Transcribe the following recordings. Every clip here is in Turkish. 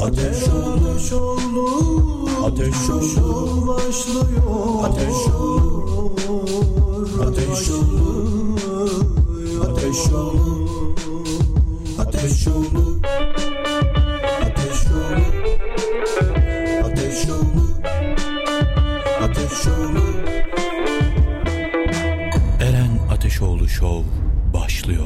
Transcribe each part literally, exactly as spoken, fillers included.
Ateş olur, ateş olur, başlıyor. Ateş olur, ateş olur, ateş olur, ateş olur, ateş olur, ateş olur, ateş olur. Eren Ateşoğlu Show başlıyor.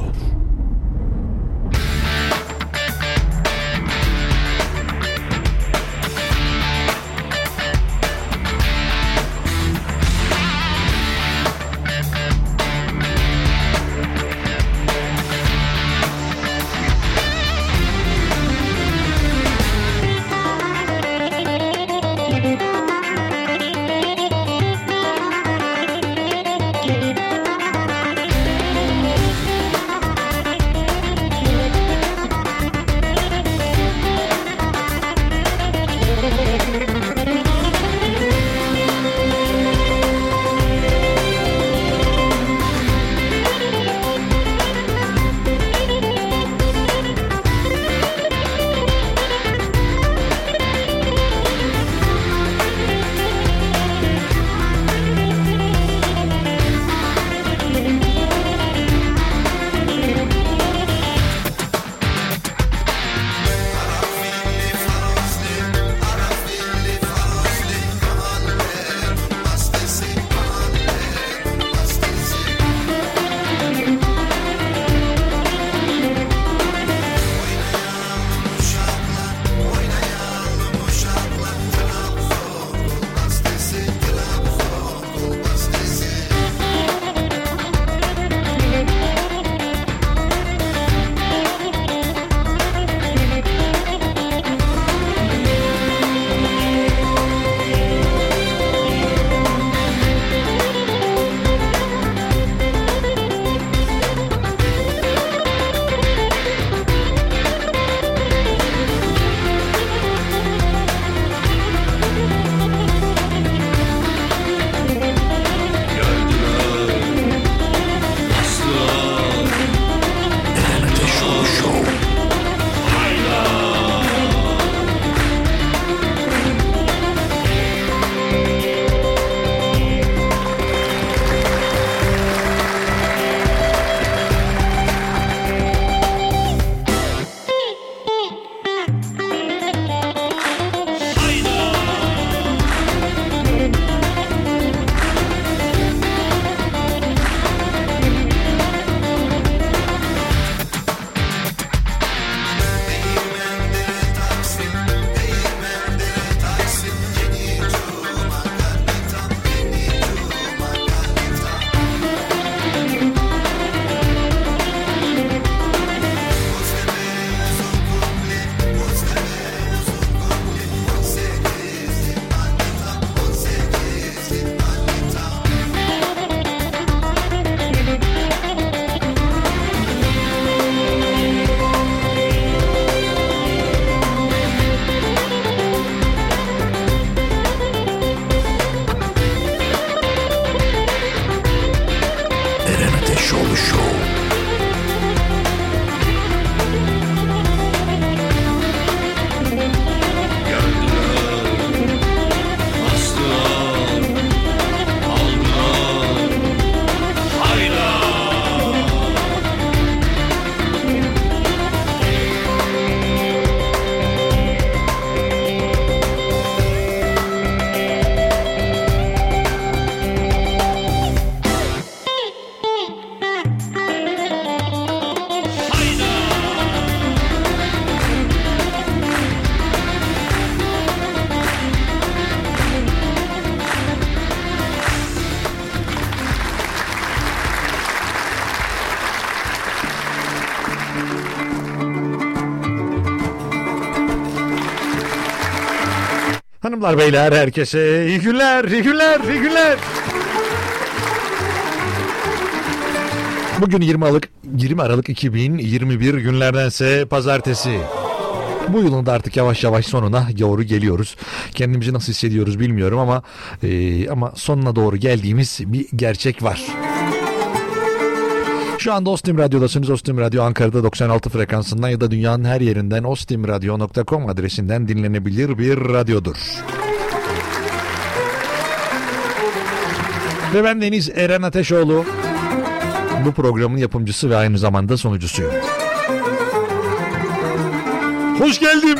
Hanımlar beyler herkese iyi günler, iyi günler, iyi günler. Bugün yirmi Aralık, yirmi Aralık iki bin yirmi bir günlerdense pazartesi. Bu yılın da artık yavaş yavaş sonuna doğru geliyoruz. Kendimizi nasıl hissediyoruz bilmiyorum ama e, ama sonuna doğru geldiğimiz bir gerçek var. Şu anda Ostim Radyo'dasınız. Ostim Radyo Ankara'da doksan altı frekansından ya da dünyanın her yerinden ostimradyo nokta com adresinden dinlenebilir bir radyodur. Ve ben Deniz Eren Ateşoğlu. Bu programın yapımcısı ve aynı zamanda sunucusuyum. Hoş geldim.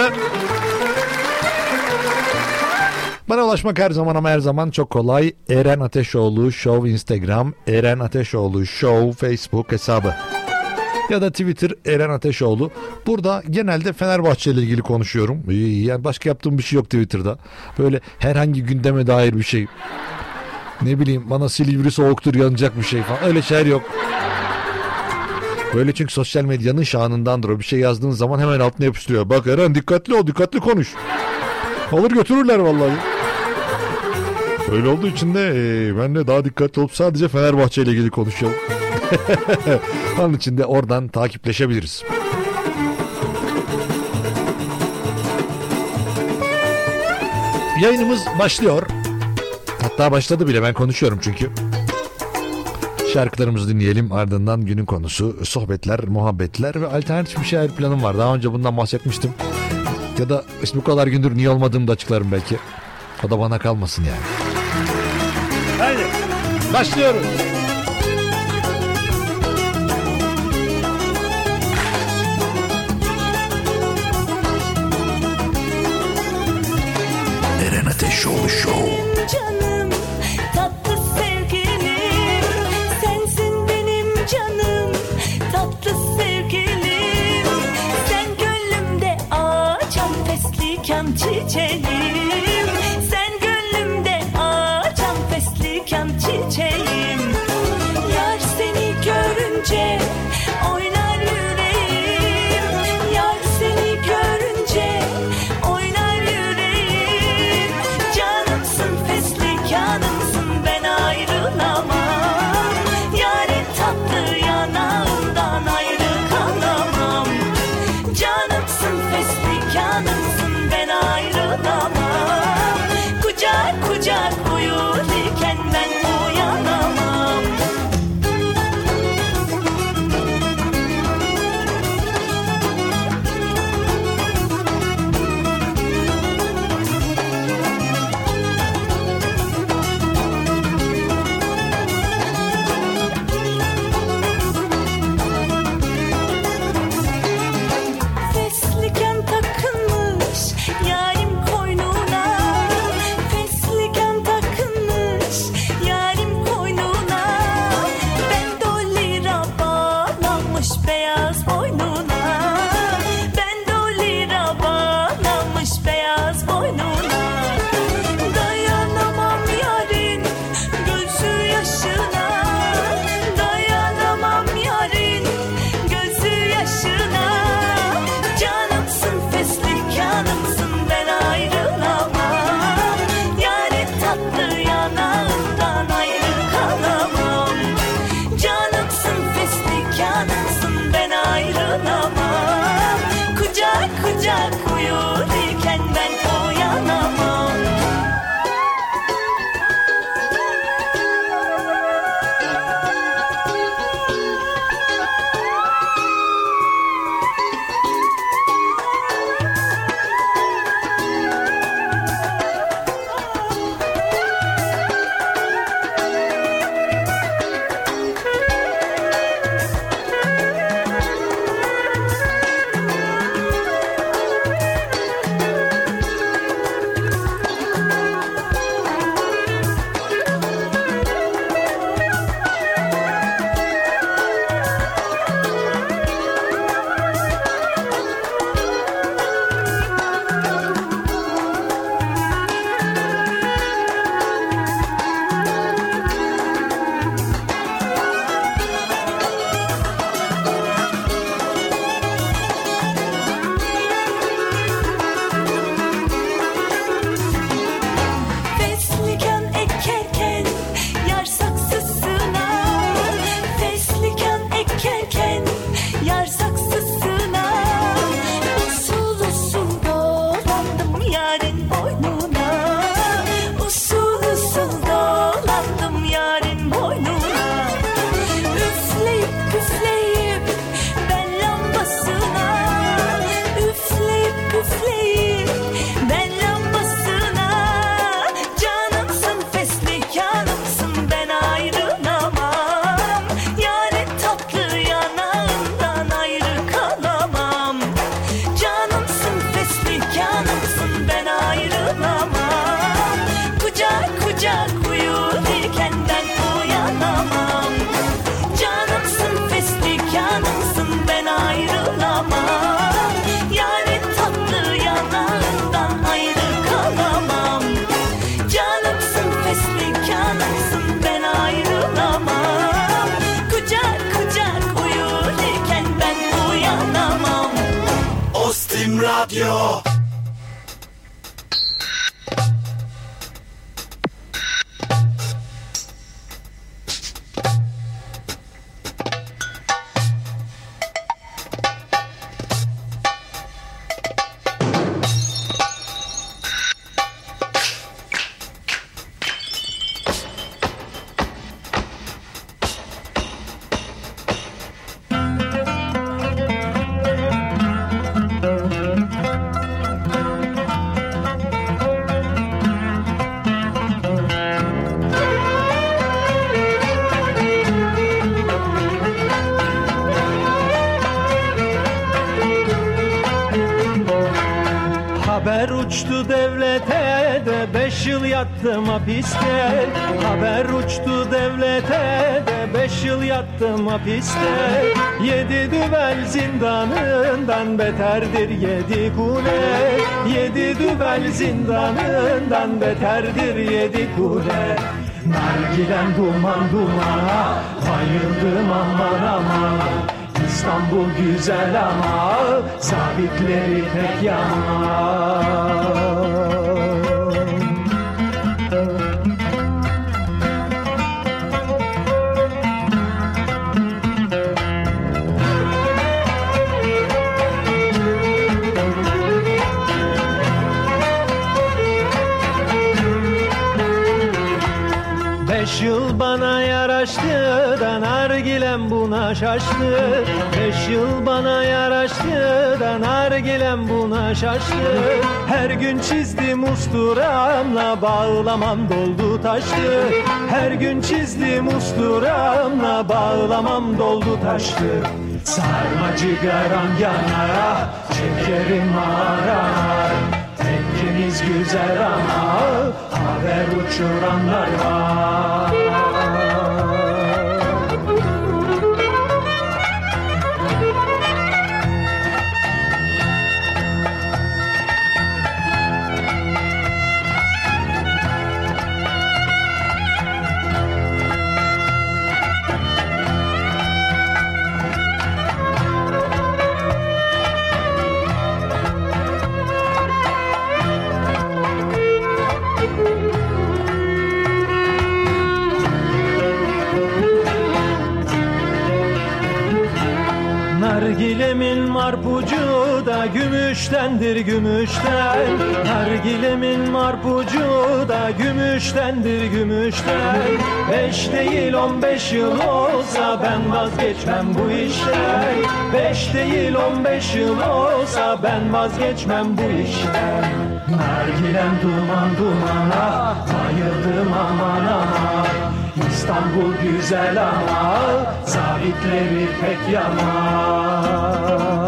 Bana ulaşmak her zaman ama her zaman çok kolay. Eren Ateşoğlu Show Instagram, Eren Ateşoğlu Show Facebook hesabı. Ya da Twitter Eren Ateşoğlu. Burada genelde Fenerbahçe ile ilgili konuşuyorum. Yani başka yaptığım bir şey yok Twitter'da. Böyle herhangi gündeme dair bir şey. Ne bileyim bana Silivri soğuktur yanacak bir şey falan. Öyle şeyler yok. Böyle çünkü sosyal medyanın şanındandır. O bir şey yazdığın zaman hemen altına yapıştırıyor. Bak Eren dikkatli ol, dikkatli konuş. Alır götürürler vallahi. Öyle olduğu için de e, ben de daha dikkatli olup sadece Fenerbahçe ile ilgili konuşuyorum. Onun için de oradan takipleşebiliriz. Yayınımız başlıyor. Hatta başladı bile, ben konuşuyorum çünkü. Şarkılarımızı dinleyelim, ardından günün konusu, sohbetler, muhabbetler ve alternatif bir şeyler planım var. Daha önce bundan bahsetmiştim. Ya da işte bu kadar gündür niye olmadığımı da açıklarım belki. O da bana kalmasın yani. Haydi başlıyoruz. Eren Ateşoğlu Show. Canım, tatlı sevgilim, sensin benim canım, tatlı sevgilim. Sen gönlümde açan fesliken çiçeğim, sen gönlümde açan fesliken çiçeğim. Yar seni görünce oynar yüreğim, yar seni görünce oynar yüreğim. Canımsın feslik yanımsın, ben ayrılamam. Yarın tatlı yanağından ayrı kalamam. Canımsın feslik yanımsın, ben ayrılamam. Kucak kucak uyur iken ben uyanamam. Fesliken takılmış yarim koynuna, fesliken takılmış yarim koynuna. Ben dolira bağlanmış beyaz boynuna, ben dolira bağlanmış beyaz boynuna. Dayanamam yarın gözü yaşına, dayanamam yarın gözü yaşına. Canımsın feslik yanımsın, ben ayrılamam. Yarın tatlı yanağından ayrı kalamam. Canımsın feslik yanımsın, ben ayrılamam. Kucak kucak uyur iken ben uyanamam. Yo. Haber uçtu devlete de beş yıl yattım hapiste. Haber uçtu devlete de beş yıl yattım hapiste. Yedi düvel zindanından beterdir yedi kule. Yedi düvel zindanından beterdir yedi kule. Nargilem duman dumana, bayıldım aman aman. İstanbul güzel ama sabitleri pek yaman. Beş yıl bana yaraştı da nargilem buna şaştı. Beş yıl bana yaraştı da nargilem buna şaştı. Her gün çizdim usturamla bağlamam doldu taştı. Her gün çizdim usturamla bağlamam doldu taştı. Sarma cigaram yanar, şekerim arar. Tekkimiz güzel ama haber uçuranlar var. Nargilemin marpucu da gümüştendir gümüşten. Nargilemin marpucu da gümüştendir gümüşten. Beş değil on beş yıl olsa ben vazgeçmem bu işten. Beş değil on beş yıl olsa ben vazgeçmem bu işten. Nargilem duman dumana, bayıldım aman aman. İstanbul güzel ama zabitleri pek yaman.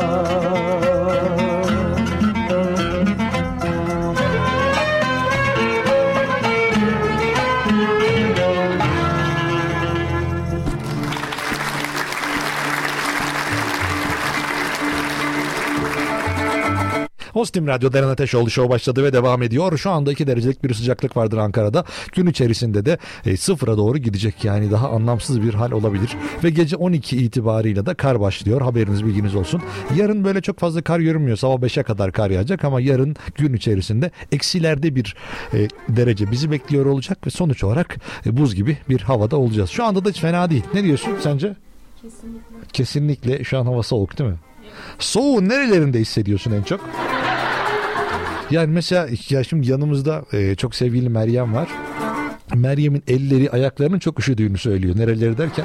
Ostim Radyo'da Eren Ateşoğlu Show başladı ve devam ediyor. Şu anda iki derecelik bir sıcaklık vardır Ankara'da. Gün içerisinde de e, sıfıra doğru gidecek, yani daha anlamsız bir hal olabilir. Ve gece on iki itibarıyla da kar başlıyor. Haberiniz, bilginiz olsun. Yarın böyle çok fazla kar görünmüyor. Sabah beşe kadar kar yağacak ama yarın gün içerisinde eksilerde bir e, derece bizi bekliyor olacak ve sonuç olarak e, buz gibi bir havada olacağız. Şu anda da hiç fena değil. Ne diyorsun sence? Kesinlikle. Kesinlikle şu an hava soğuk değil mi? Soğuğu nerelerinde hissediyorsun en çok? Yani mesela ya şimdi yanımızda e, çok sevgili Meryem var. Meryem'in elleri, ayaklarının çok üşüdüğünü söylüyor. Nereleri derken?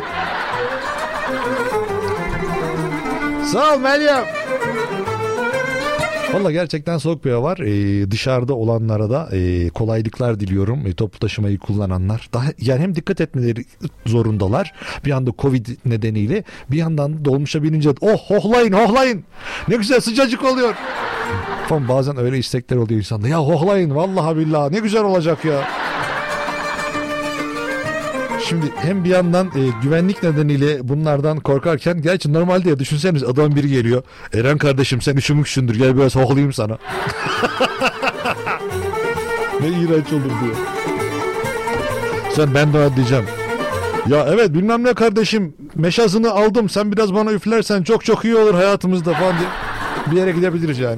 Sağ ol Meryem. Valla gerçekten soğuk bir hava var. Ee, dışarıda olanlara da e, kolaylıklar diliyorum. E, toplu taşımayı kullananlar. Daha, yani hem dikkat etmeleri zorundalar. Bir anda Covid nedeniyle, bir yandan dolmuşa binince oh hohlayın hohlayın. Ne güzel sıcacık oluyor. Falan bazen öyle istekler oluyor insanda. Ya hohlayın vallahi billahi ne güzel olacak ya. Şimdi hem bir yandan e, güvenlik nedeniyle bunlardan korkarken, gerçi normalde ya düşünseniz adam biri geliyor. Eren kardeşim sen üşümüşsündür, gel biraz hohlayayım sana. Ne iğrenç olur diyor. Sen ben de diyeceğim. Ya evet bilmem ne kardeşim, meşazını aldım, sen biraz bana üflersen çok çok iyi olur hayatımızda falan diye. Bir yere gidebiliriz yani.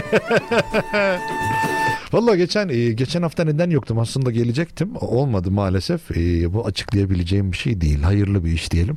Vallahi geçen geçen hafta neden yoktum? Aslında gelecektim. Olmadı maalesef. E, bu açıklayabileceğim bir şey değil. Hayırlı bir iş diyelim.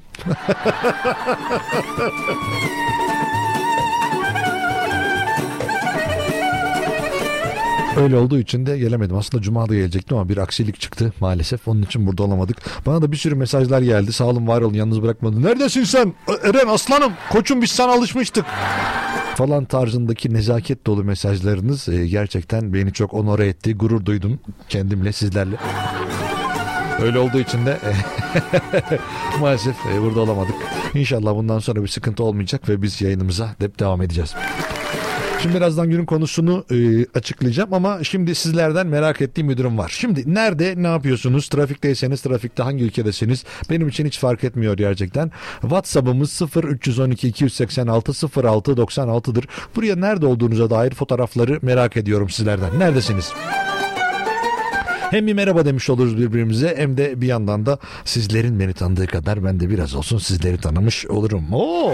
Öyle olduğu için de gelemedim. Aslında Cuma'da gelecektim ama bir aksilik çıktı maalesef. Onun için burada olamadık. Bana da bir sürü mesajlar geldi. Sağ olun, var olun, yalnız bırakmadın. Neredesin sen? Eren aslanım, koçum, biz sana alışmıştık falan tarzındaki nezaket dolu mesajlarınız e, gerçekten beni çok onore etti. Gurur duydum kendimle, sizlerle. Öyle olduğu için de maalesef e, burada olamadık. İnşallah bundan sonra bir sıkıntı olmayacak ve biz yayınımıza hep devam edeceğiz. Şimdi birazdan günün konusunu e, açıklayacağım ama şimdi sizlerden merak ettiğim bir durum var. Şimdi nerede, ne yapıyorsunuz? Trafikteyseniz, trafikte hangi ülkedesiniz? Benim için hiç fark etmiyor gerçekten. WhatsApp'ımız sıfır üç on iki iki yüz seksen altı sıfır altı doksan altı'dır. Buraya nerede olduğunuza dair fotoğrafları merak ediyorum sizlerden. Neredesiniz? Hem bir merhaba demiş oluruz birbirimize, hem de bir yandan da sizlerin beni tanıdığı kadar ben de biraz olsun sizleri tanımış olurum. Oo!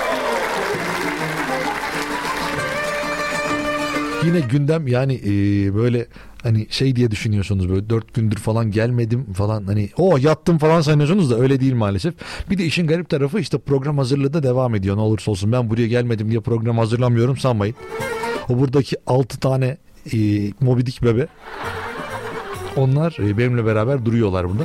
Yine gündem yani e, böyle hani şey diye düşünüyorsunuz, böyle dört gündür falan gelmedim falan, hani o yattım falan sanıyorsunuz da öyle değil maalesef. Bir de işin garip tarafı işte program hazırlığı da devam ediyor, ne olursa olsun. Ben buraya gelmedim diye program hazırlamıyorum sanmayın. O buradaki altı tane e, Moby Dick bebe, onlar e, benimle beraber duruyorlar burada.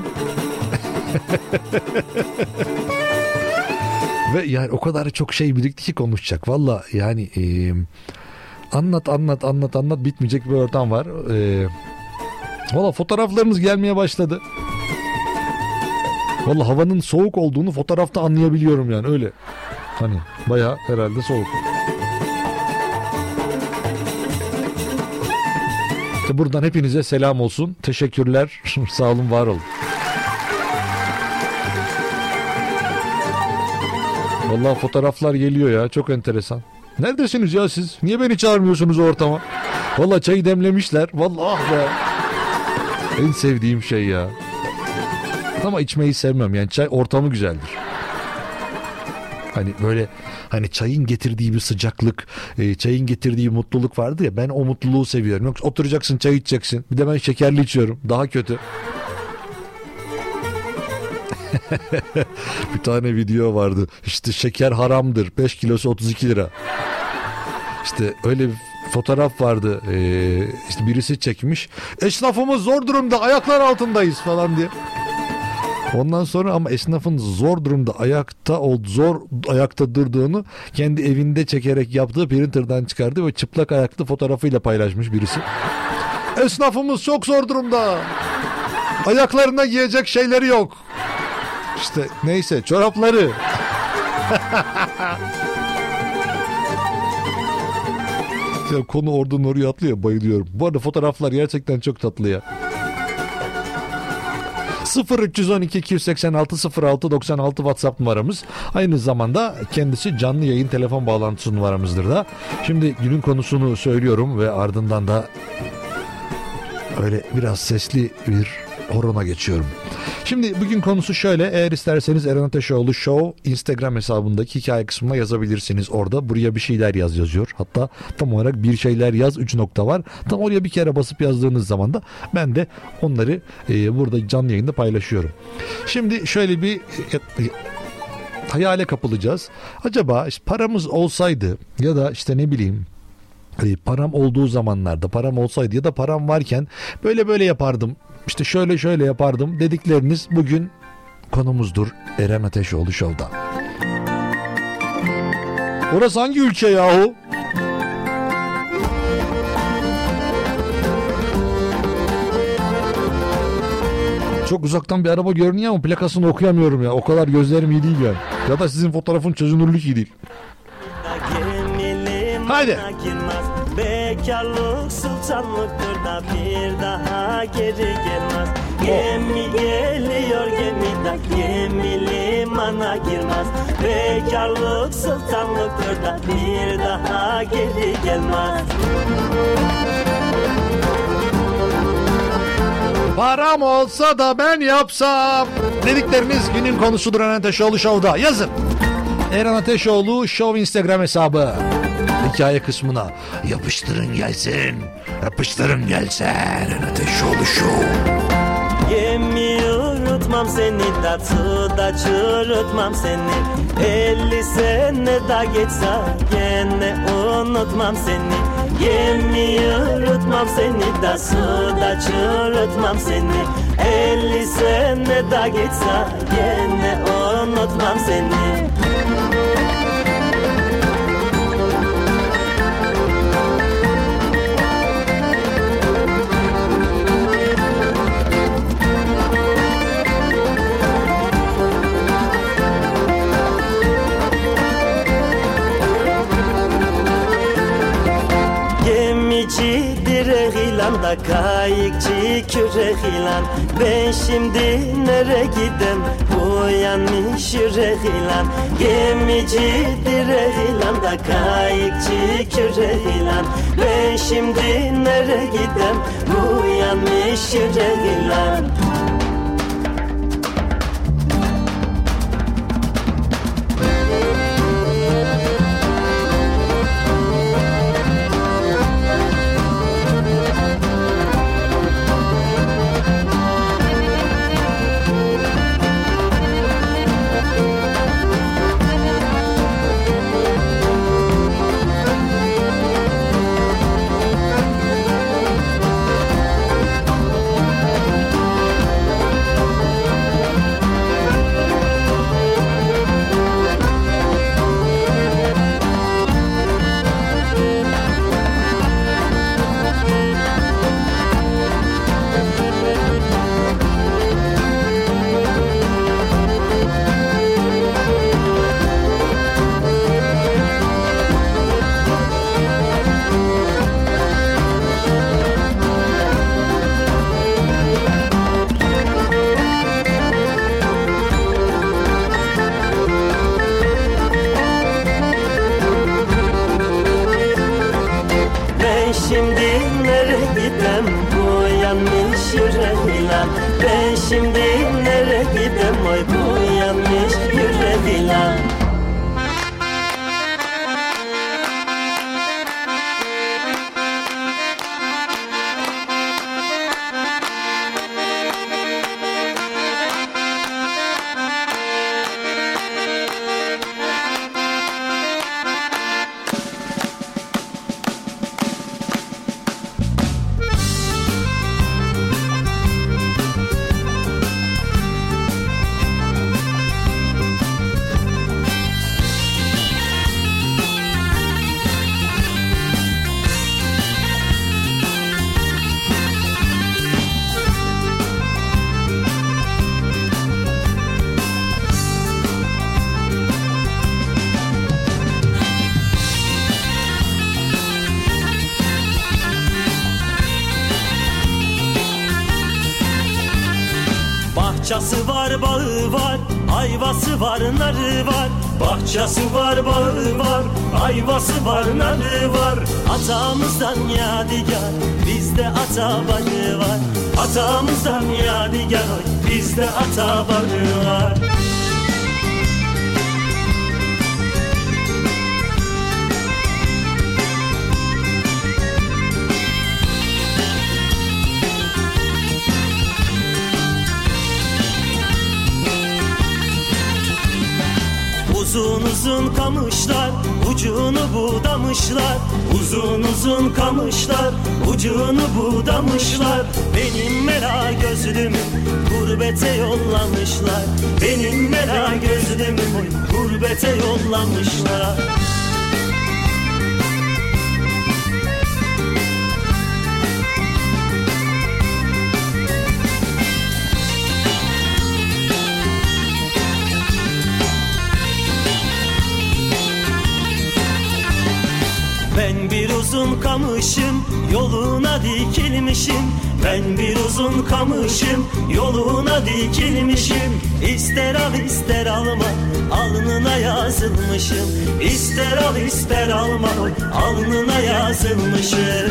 Ve yani o kadar çok şey birikti ki konuşacak. Valla yani e, anlat anlat anlat anlat bitmeyecek bir ortam var. E, Valla fotoğraflarınız gelmeye başladı. Valla havanın soğuk olduğunu fotoğrafta anlayabiliyorum yani, öyle. Hani bayağı herhalde soğuk. İşte buradan hepinize selam olsun. Teşekkürler. Sağ olun, var olun. Vallahi fotoğraflar geliyor ya. Çok enteresan. Neredesiniz ya siz? Niye beni çağırmıyorsunuz ortama? Vallahi çayı demlemişler. Vallahi ah be. En sevdiğim şey ya. Ama içmeyi sevmem. Yani çay ortamı güzeldir. Hani böyle hani çayın getirdiği bir sıcaklık, e, çayın getirdiği mutluluk vardı ya, ben o mutluluğu seviyorum. Yoksa oturacaksın, çay içeceksin. Bir de ben şekerli içiyorum. Daha kötü. Bir tane video vardı. İşte şeker haramdır. beş kilosu otuz iki lira. İşte öyle bir fotoğraf vardı. Ee, işte birisi çekmiş. Esnafımız zor durumda, ayaklar altındayız falan diye. Ondan sonra ama esnafın zor durumda ayakta ol zor ayakta durduğunu kendi evinde çekerek yaptığı printer'dan çıkardı ve çıplak ayaklı fotoğrafıyla paylaşmış birisi. Esnafımız çok zor durumda. Ayaklarına giyecek şeyleri yok. İşte neyse, çorapları. Ya konu oradan oraya atlıyor, bayılıyorum. Bu arada fotoğraflar gerçekten çok tatlı ya. sıfır üç on iki iki yüz seksen altı sıfır altı doksan altı WhatsApp numaramız. Aynı zamanda kendisi canlı yayın telefon bağlantısı numaramızdır da. Şimdi günün konusunu söylüyorum ve ardından da öyle biraz sesli bir horona geçiyorum. Şimdi bugün konusu şöyle. Eğer isterseniz Eren Ateşoğlu Show Instagram hesabındaki hikaye kısmına yazabilirsiniz. Orada buraya bir şeyler yaz yazıyor. Hatta tam olarak bir şeyler yaz üç nokta var. Tam oraya bir kere basıp yazdığınız zaman da ben de onları e, burada canlı yayında paylaşıyorum. Şimdi şöyle bir e, e, hayale kapılacağız. Acaba işte paramız olsaydı ya da işte ne bileyim e, param olduğu zamanlarda, param olsaydı ya da param varken böyle böyle yapardım, İşte şöyle şöyle yapardım dedikleriniz bugün konumuzdur Eren Ateşoğlu Show'da. Orası hangi ülke yahu? Çok uzaktan bir araba görünüyor ama plakasını okuyamıyorum ya. O kadar gözlerim iyi değil yani. Ya da sizin fotoğrafın çözünürlük iyi değil. Haydi. Bekarlık sultanlıktır da bir daha geri gelmez. Gemi geliyor gemiden, gemi limana girmez. Bekarlık sultanlıktır da bir daha geri gelmez. Param olsa da ben yapsam dedikleriniz günün konusudur Eren Ateşoğlu Show'da. Yazın. Eren Ateşoğlu Show Instagram hesabı. hikaye kısmına. Yapıştırın gelsin. Yapıştırın gelsin. Ateşoğlu Show. Gemi unutmam seni da suda çürütmem seni. Elli sene daha geçse gene unutmam seni. Gemi unutmam seni da suda çürütmem seni. Elli sene daha geçse gene unutmam seni. Direk da kayıkçı kürek ilan. Ben şimdi nereye gidem uyanmış yürek ilan. Gemici direk ilan da kayıkçı kürek ilan. Ben şimdi nereye gidem uyanmış yürek ilan. Bahçesi var, bağı var, ayvası var, narı var. Bahçesi var, bağı var, ayvası var, narı var. Atamızdan yadigar, bizde ata bağı var. Atamızdan yadigar, bizde ata bağı var. Uzun uzun kamışlar, ucunu budamışlar. Uzun uzun kamışlar, ucunu budamışlar. Benim mera gözlümü gurbete yollamışlar. Benim mera gözlümü gurbete yollamışlar. Ben bir uzun kamışım, yoluna dikilmişim. Ben bir uzun kamışım, yoluna dikilmişim. İster al ister alma, alnına yazılmışım. İster al ister alma, alnına yazılmışım.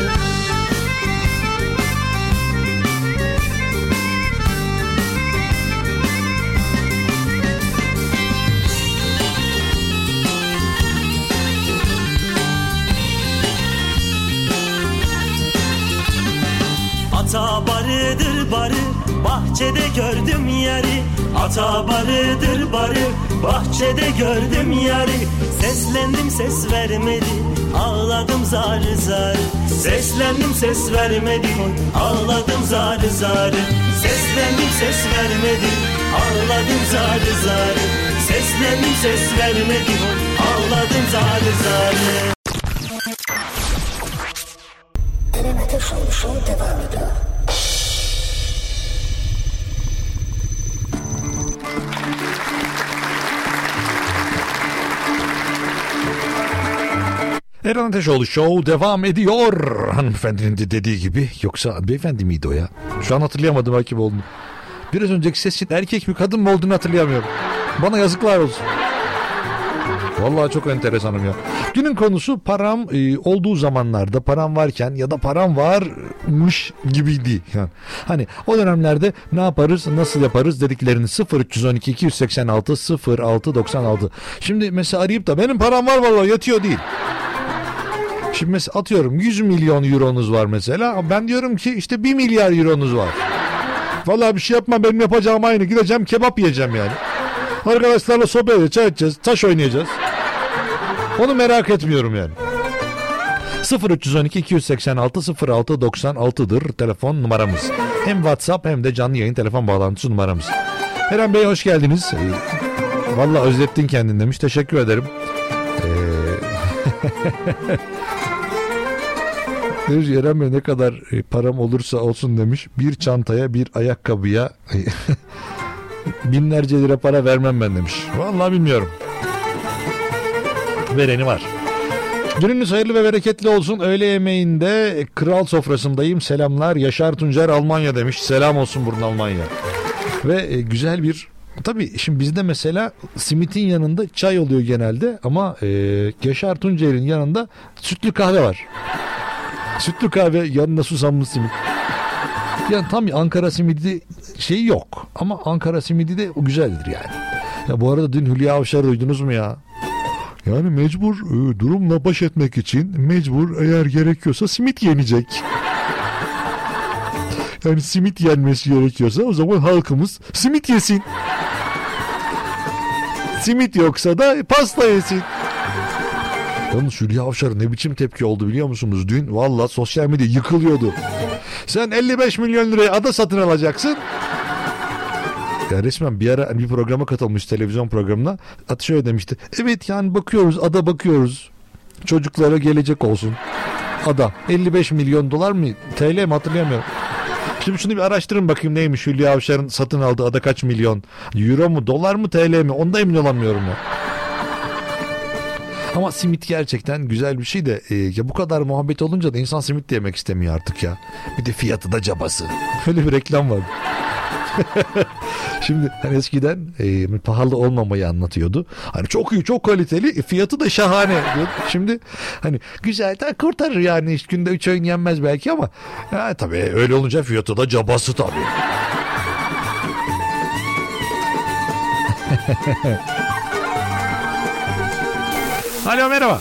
Ata barıdır barı, bahçede gördüm yeri. Ata barıdır barı, bahçede gördüm yeri. Seslendim ses vermedi, ağladım zar zar. Seslendim ses vermedi, ağladım zar zar. Seslendim ses vermedi, ağladım zar zar. Seslendim ses vermedi, ağladım zar zar. Eren Ateşoğlu Show devam ediyor. Eren Ateşoğlu Show devam ediyor. Hanımefendinin de dediği gibi. Yoksa beyefendi miydi o ya? Şu an hatırlayamadım belki olduğunu. Biraz önceki sesin erkek mi kadın mı olduğunu hatırlayamıyorum. Bana yazıklar olsun. Vallahi çok enteresanım ya. Günün konusu param e, olduğu zamanlarda, param varken ya da param varmış gibiydi. Yani. Hani o dönemlerde ne yaparız, nasıl yaparız dediklerini sıfır üç on iki iki seksen altı sıfır altı doksan altı. Şimdi mesela arayıp da benim param var vallahi yatıyor değil. Şimdi mesela atıyorum yüz milyon euronuz var mesela. Ben diyorum ki işte bir milyar euronuz var. Vallahi bir şey yapmam, benim yapacağım aynı. Gideceğim kebap yiyeceğim yani. Arkadaşlarla sohbet edeceğiz, çay içeceğiz, taş oynayacağız. Onu merak etmiyorum yani. sıfır üç on iki iki seksen altı sıfır altı doksan altı'dır telefon numaramız. Hem WhatsApp hem de canlı yayın telefon bağlantısı numaramız. Eren Bey hoş geldiniz. Ee, vallahi özlettin kendini demiş. Teşekkür ederim. Ee... Demiş Eren Bey ne kadar param olursa olsun demiş. Bir çantaya bir ayakkabıya binlerce lira para vermem ben demiş. Vallahi bilmiyorum. Vereni var. Gününüz hayırlı ve bereketli olsun. Öğle yemeğinde kral sofrasındayım. Selamlar. Yaşar Tuncer Almanya demiş. Selam olsun buradan Almanya. Ve e, güzel bir... Tabii şimdi bizde mesela simitin yanında çay oluyor genelde. Ama e, Yaşar Tuncer'in yanında sütlü kahve var. Sütlü kahve yanında susamlı simit. Yani tam Ankara simidi şeyi yok. Ama Ankara simidi de güzeldir yani. Ya bu arada dün Hülya Avşar'ı duydunuz mu ya? Yani mecbur e, durumla baş etmek için mecbur eğer gerekiyorsa simit yenecek. Yani simit yenmesi gerekiyorsa o zaman halkımız simit yesin. Simit yoksa da pasta yesin. Yalnız Hülya Avşar ne biçim tepki oldu biliyor musunuz? Dün valla sosyal medya yıkılıyordu. Sen elli beş milyon liraya ada satın alacaksın. Ya resmen bir ara bir programa katılmış, televizyon programına. At şöyle demişti. Evet yani bakıyoruz, ada bakıyoruz. Çocuklara gelecek olsun. Ada elli beş milyon dolar mı? T L mi hatırlayamıyorum. Şimdi şunu bir araştırın bakayım neymiş Hülya Avşar'ın satın aldığı ada kaç milyon? Euro mu, dolar mı, T L mi? Onda emin olamıyorum ya. Ama simit gerçekten güzel bir şey de e, ya bu kadar muhabbet olunca da insan simit de yemek istemiyor artık ya. Bir de fiyatı da cabası. Öyle bir reklam var. Şimdi hani eskiden e, pahalı olmamayı anlatıyordu. Hani çok iyi, çok kaliteli, fiyatı da şahane. Şimdi hani güzel de kurtarır yani, işte günde üç öğün yenmez belki ama ya, tabii öyle olunca fiyatı da cabası tabii. Alo merhaba.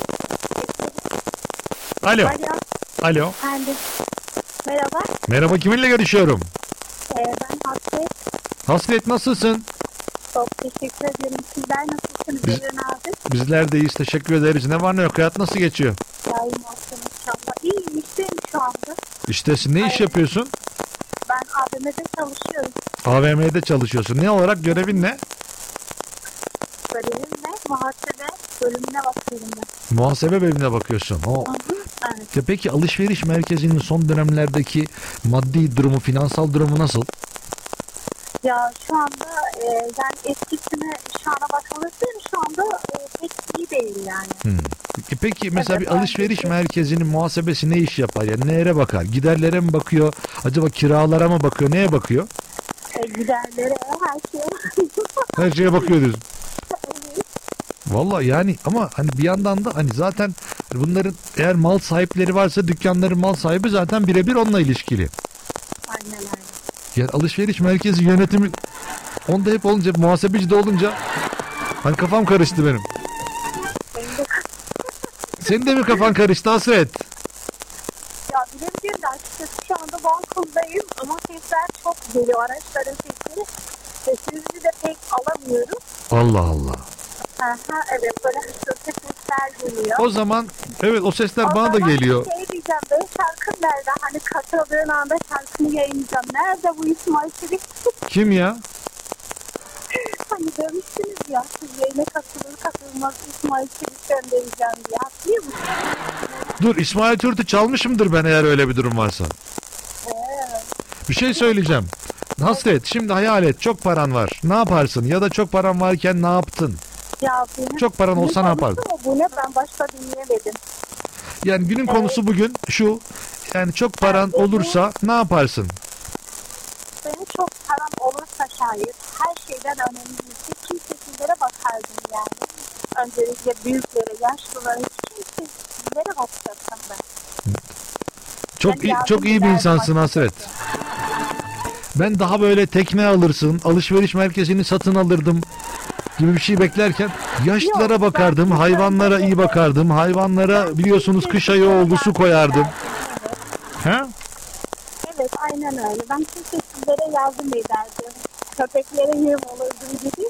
Alo. Alo. Alo. Efendim. Merhaba. Merhaba, kiminle görüşüyorum? Ee, ben Hasret. Hasret nasılsın? Çok teşekkür ederim. Sizler nasılsınız Biz- Eren abi? Bizler de iyiyiz, teşekkür ederiz. Ne var ne yok, hayat nasıl geçiyor? Yayın olsun inşallah. İyiyim, işteyim şu anda. İştesin, ne iş yapıyorsun? Ben A V M'de çalışıyorum. A V M'de çalışıyorsun. Ne olarak, görevin ne? Bölümle muhasebe bölümüne bakıyorum ben. Muhasebe bölümüne bakıyorsun. O. Hı hı, evet. Ya peki alışveriş merkezinin son dönemlerdeki maddi durumu, finansal durumu nasıl? Ya şu anda e, yani eskisine şu ana bakılırsa şu anda e, pek iyi değil yani. Hmm. Peki, peki mesela Evet, bir alışveriş önceki- merkezinin muhasebesi ne iş yapar? Yani nereye bakar? Giderlere mi bakıyor? Acaba kiralara mı bakıyor? Neye bakıyor? E, giderlere her şeye Her şeye bakıyor diyorsun. Vallahi yani ama hani bir yandan da hani zaten bunların eğer mal sahipleri varsa dükkanların mal sahibi zaten birebir onunla ilişkili. aynen öyle. Yani alışveriş merkezi yönetimi onda hep olunca, muhasebeci de olunca hani kafam karıştı benim. Benim de Senin de mi kafan karıştı Hasret? ya bilemiyorum Ben de açıkçası şu anda balkondayım ama sesler çok geliyor, araçların sesleri. Sesinizi de pek alamıyorum. Allah Allah. Aha, evet, böyle hırsızlı sesler geliyor. O zaman evet, o sesler O bana da zaman geliyor. Şey diyeceğim, benim şarkım nerede? Hani katıldığın anda şarkımı yayınlayacağım. Nerede bu İsmail Çelik? Kim ya? Hani demiştiniz ya, siz yayına katılır katılmaz İsmail Çelik göndereceğim diye. Haklıyor musun? Dur, İsmail Türk'ü çalmışımdır ben eğer öyle bir durum varsa. Evet. Bir şey söyleyeceğim. Hasret, şimdi hayal et, çok paran var. Ne yaparsın? Ya da çok paran varken ne yaptın? Ya benim, Çok paran olsa ne yapardın? Bu ne? Ben başta dinleyemedim. Yani günün konusu bugün şu. Yani çok paran olursa ne yaparsın? Benim çok param olursa şayet her şeyden önemlisi kimsesizlere bakardım yani. Öncelikle büyüklere, yaşlılara, hiç kimsesizlere bakacaktım ben. Çok Ben iyi, yardım çok iyi bir ederdim insansın Hasret. Ben daha böyle tekne alırsın, alışveriş merkezini satın alırdım gibi bir şey beklerken yaşlılara Yok, bakardım, ben- hayvanlara iyi bakardım. Hayvanlara biliyorsunuz kış ayı oldu, su koyardım. He? Evet, aynen öyle. Ben kimsesizlere yardım ederdim. Köpeklere yem olurdum gibi.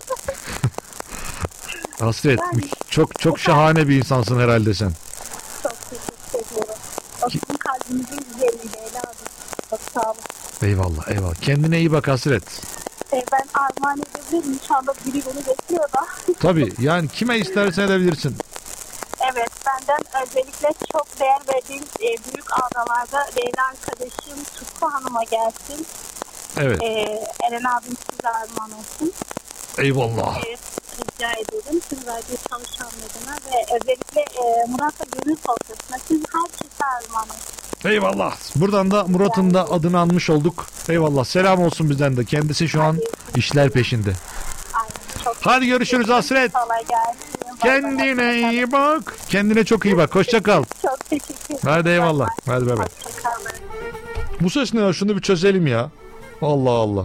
Hasret, Ben- çok çok şahane bir insansın herhalde sen. Çok teşekkür ediyorum. O sizin kalbinizin güzelliğiyle ele aldım. Çok sağ olun. Eyvallah, eyvallah. Kendine iyi bak Hasret. Ee, ben armağan edebilir miyim? Şu anda biri beni bekliyor da. Tabii, yani kime istersen edebilirsin. Evet, benden özellikle çok değer verdiğim e, büyük adalarda değerli arkadaşım Tutku Hanım'a gelsin. Evet. E, Eren abim size armağan olsun. Eyvallah. Evet, rica ederim. Tüm radyo çalışanlarına ve özellikle e, Murat'a gönül sofrasına tüm herkese armağan olsun. Eyvallah. Buradan da Murat'ın da adını anmış olduk. Eyvallah. Selam olsun bizden de. Kendisi şu an işler peşinde. Aynen, çok Hadi görüşürüz Hasret. kolay gelsin. Kendine iyi bak. Kendine çok iyi bak. Hoşça kal. Çok teşekkür ederim. Hadi eyvallah. Hadi bay bay. Hoşçakalın. Bu ses ne ya? Şunu bir çözelim ya. Allah Allah.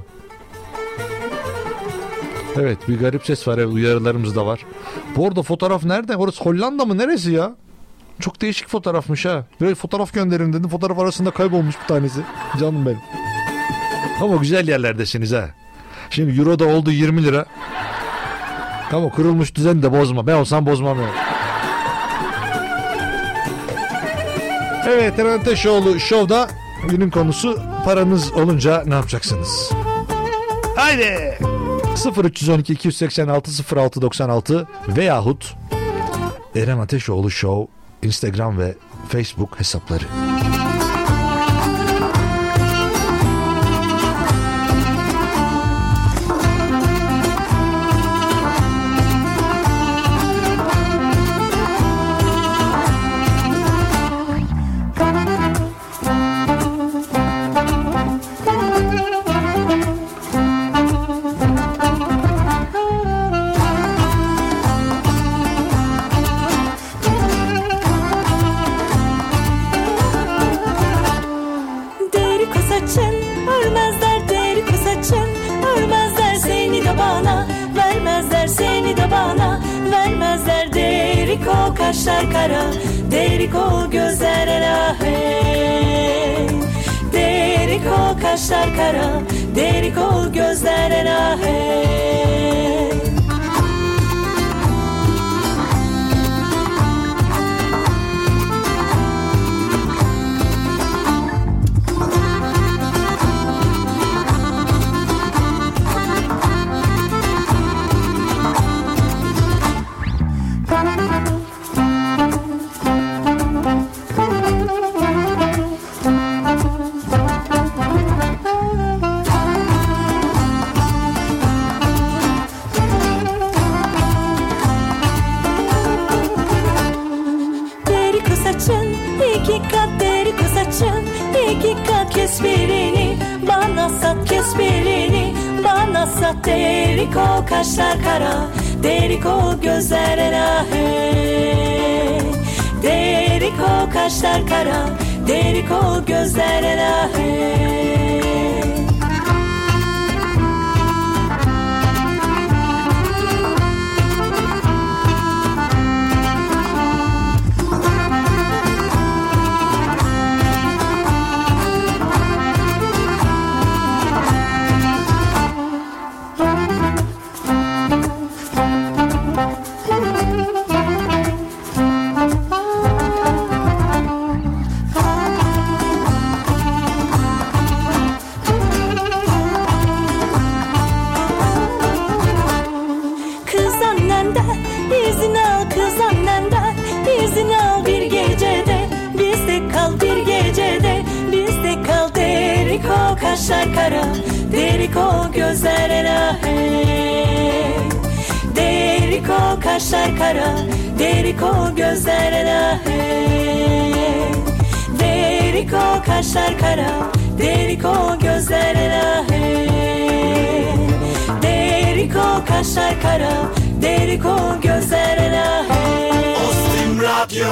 Evet, bir garip ses var. Evet, uyarılarımız da var. Bu arada fotoğraf nerede? Orası Hollanda mı? Neresi ya? Çok değişik fotoğrafmış ha. Böyle fotoğraf gönderin dedim. Fotoğraf arasında kaybolmuş bir tanesi. Canım benim. Ama güzel yerlerdesiniz ha. Şimdi euro da oldu yirmi lira. Ama kurulmuş düzeni de bozma. Ben olsam bozmam yani. Evet, Eren Ateşoğlu Show'da günün konusu paranız olunca ne yapacaksınız? Haydi! sıfır üç on iki iki seksen altı sıfır altı doksan altı veyahut Eren Ateşoğlu Show Instagram ve Facebook hesapları. Kaşlar kara, derik ol gözler elahe. Derik ol kaşlar kara, derik ol gözler elahe. Derik ol kaşlar kara, derik ol gözler elahe. Derik ol kaşlar kara, derik ol gözler elahe. kaşlar kara, Deriko gözler elahe. Deriko kaşlar kara, Deriko gözler elahe. Deriko kaşlar kara, Deriko gözler elahe. Deriko kaşlar kara, Deriko gözler elahe. Ostim Radyo.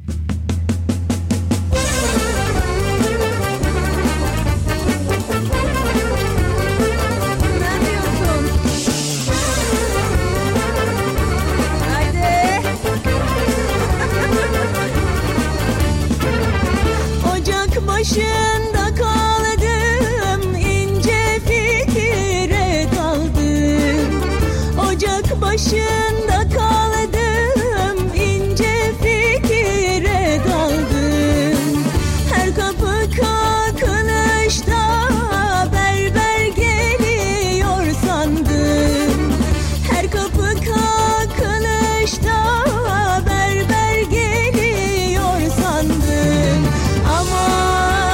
Başında kaldım, ince fikire daldım. Ocak başında kaldım, ince fikire daldım. Her kapı kalkınışta berber geliyor sandım. Her kapı kalkınışta berber geliyor sandım. Ama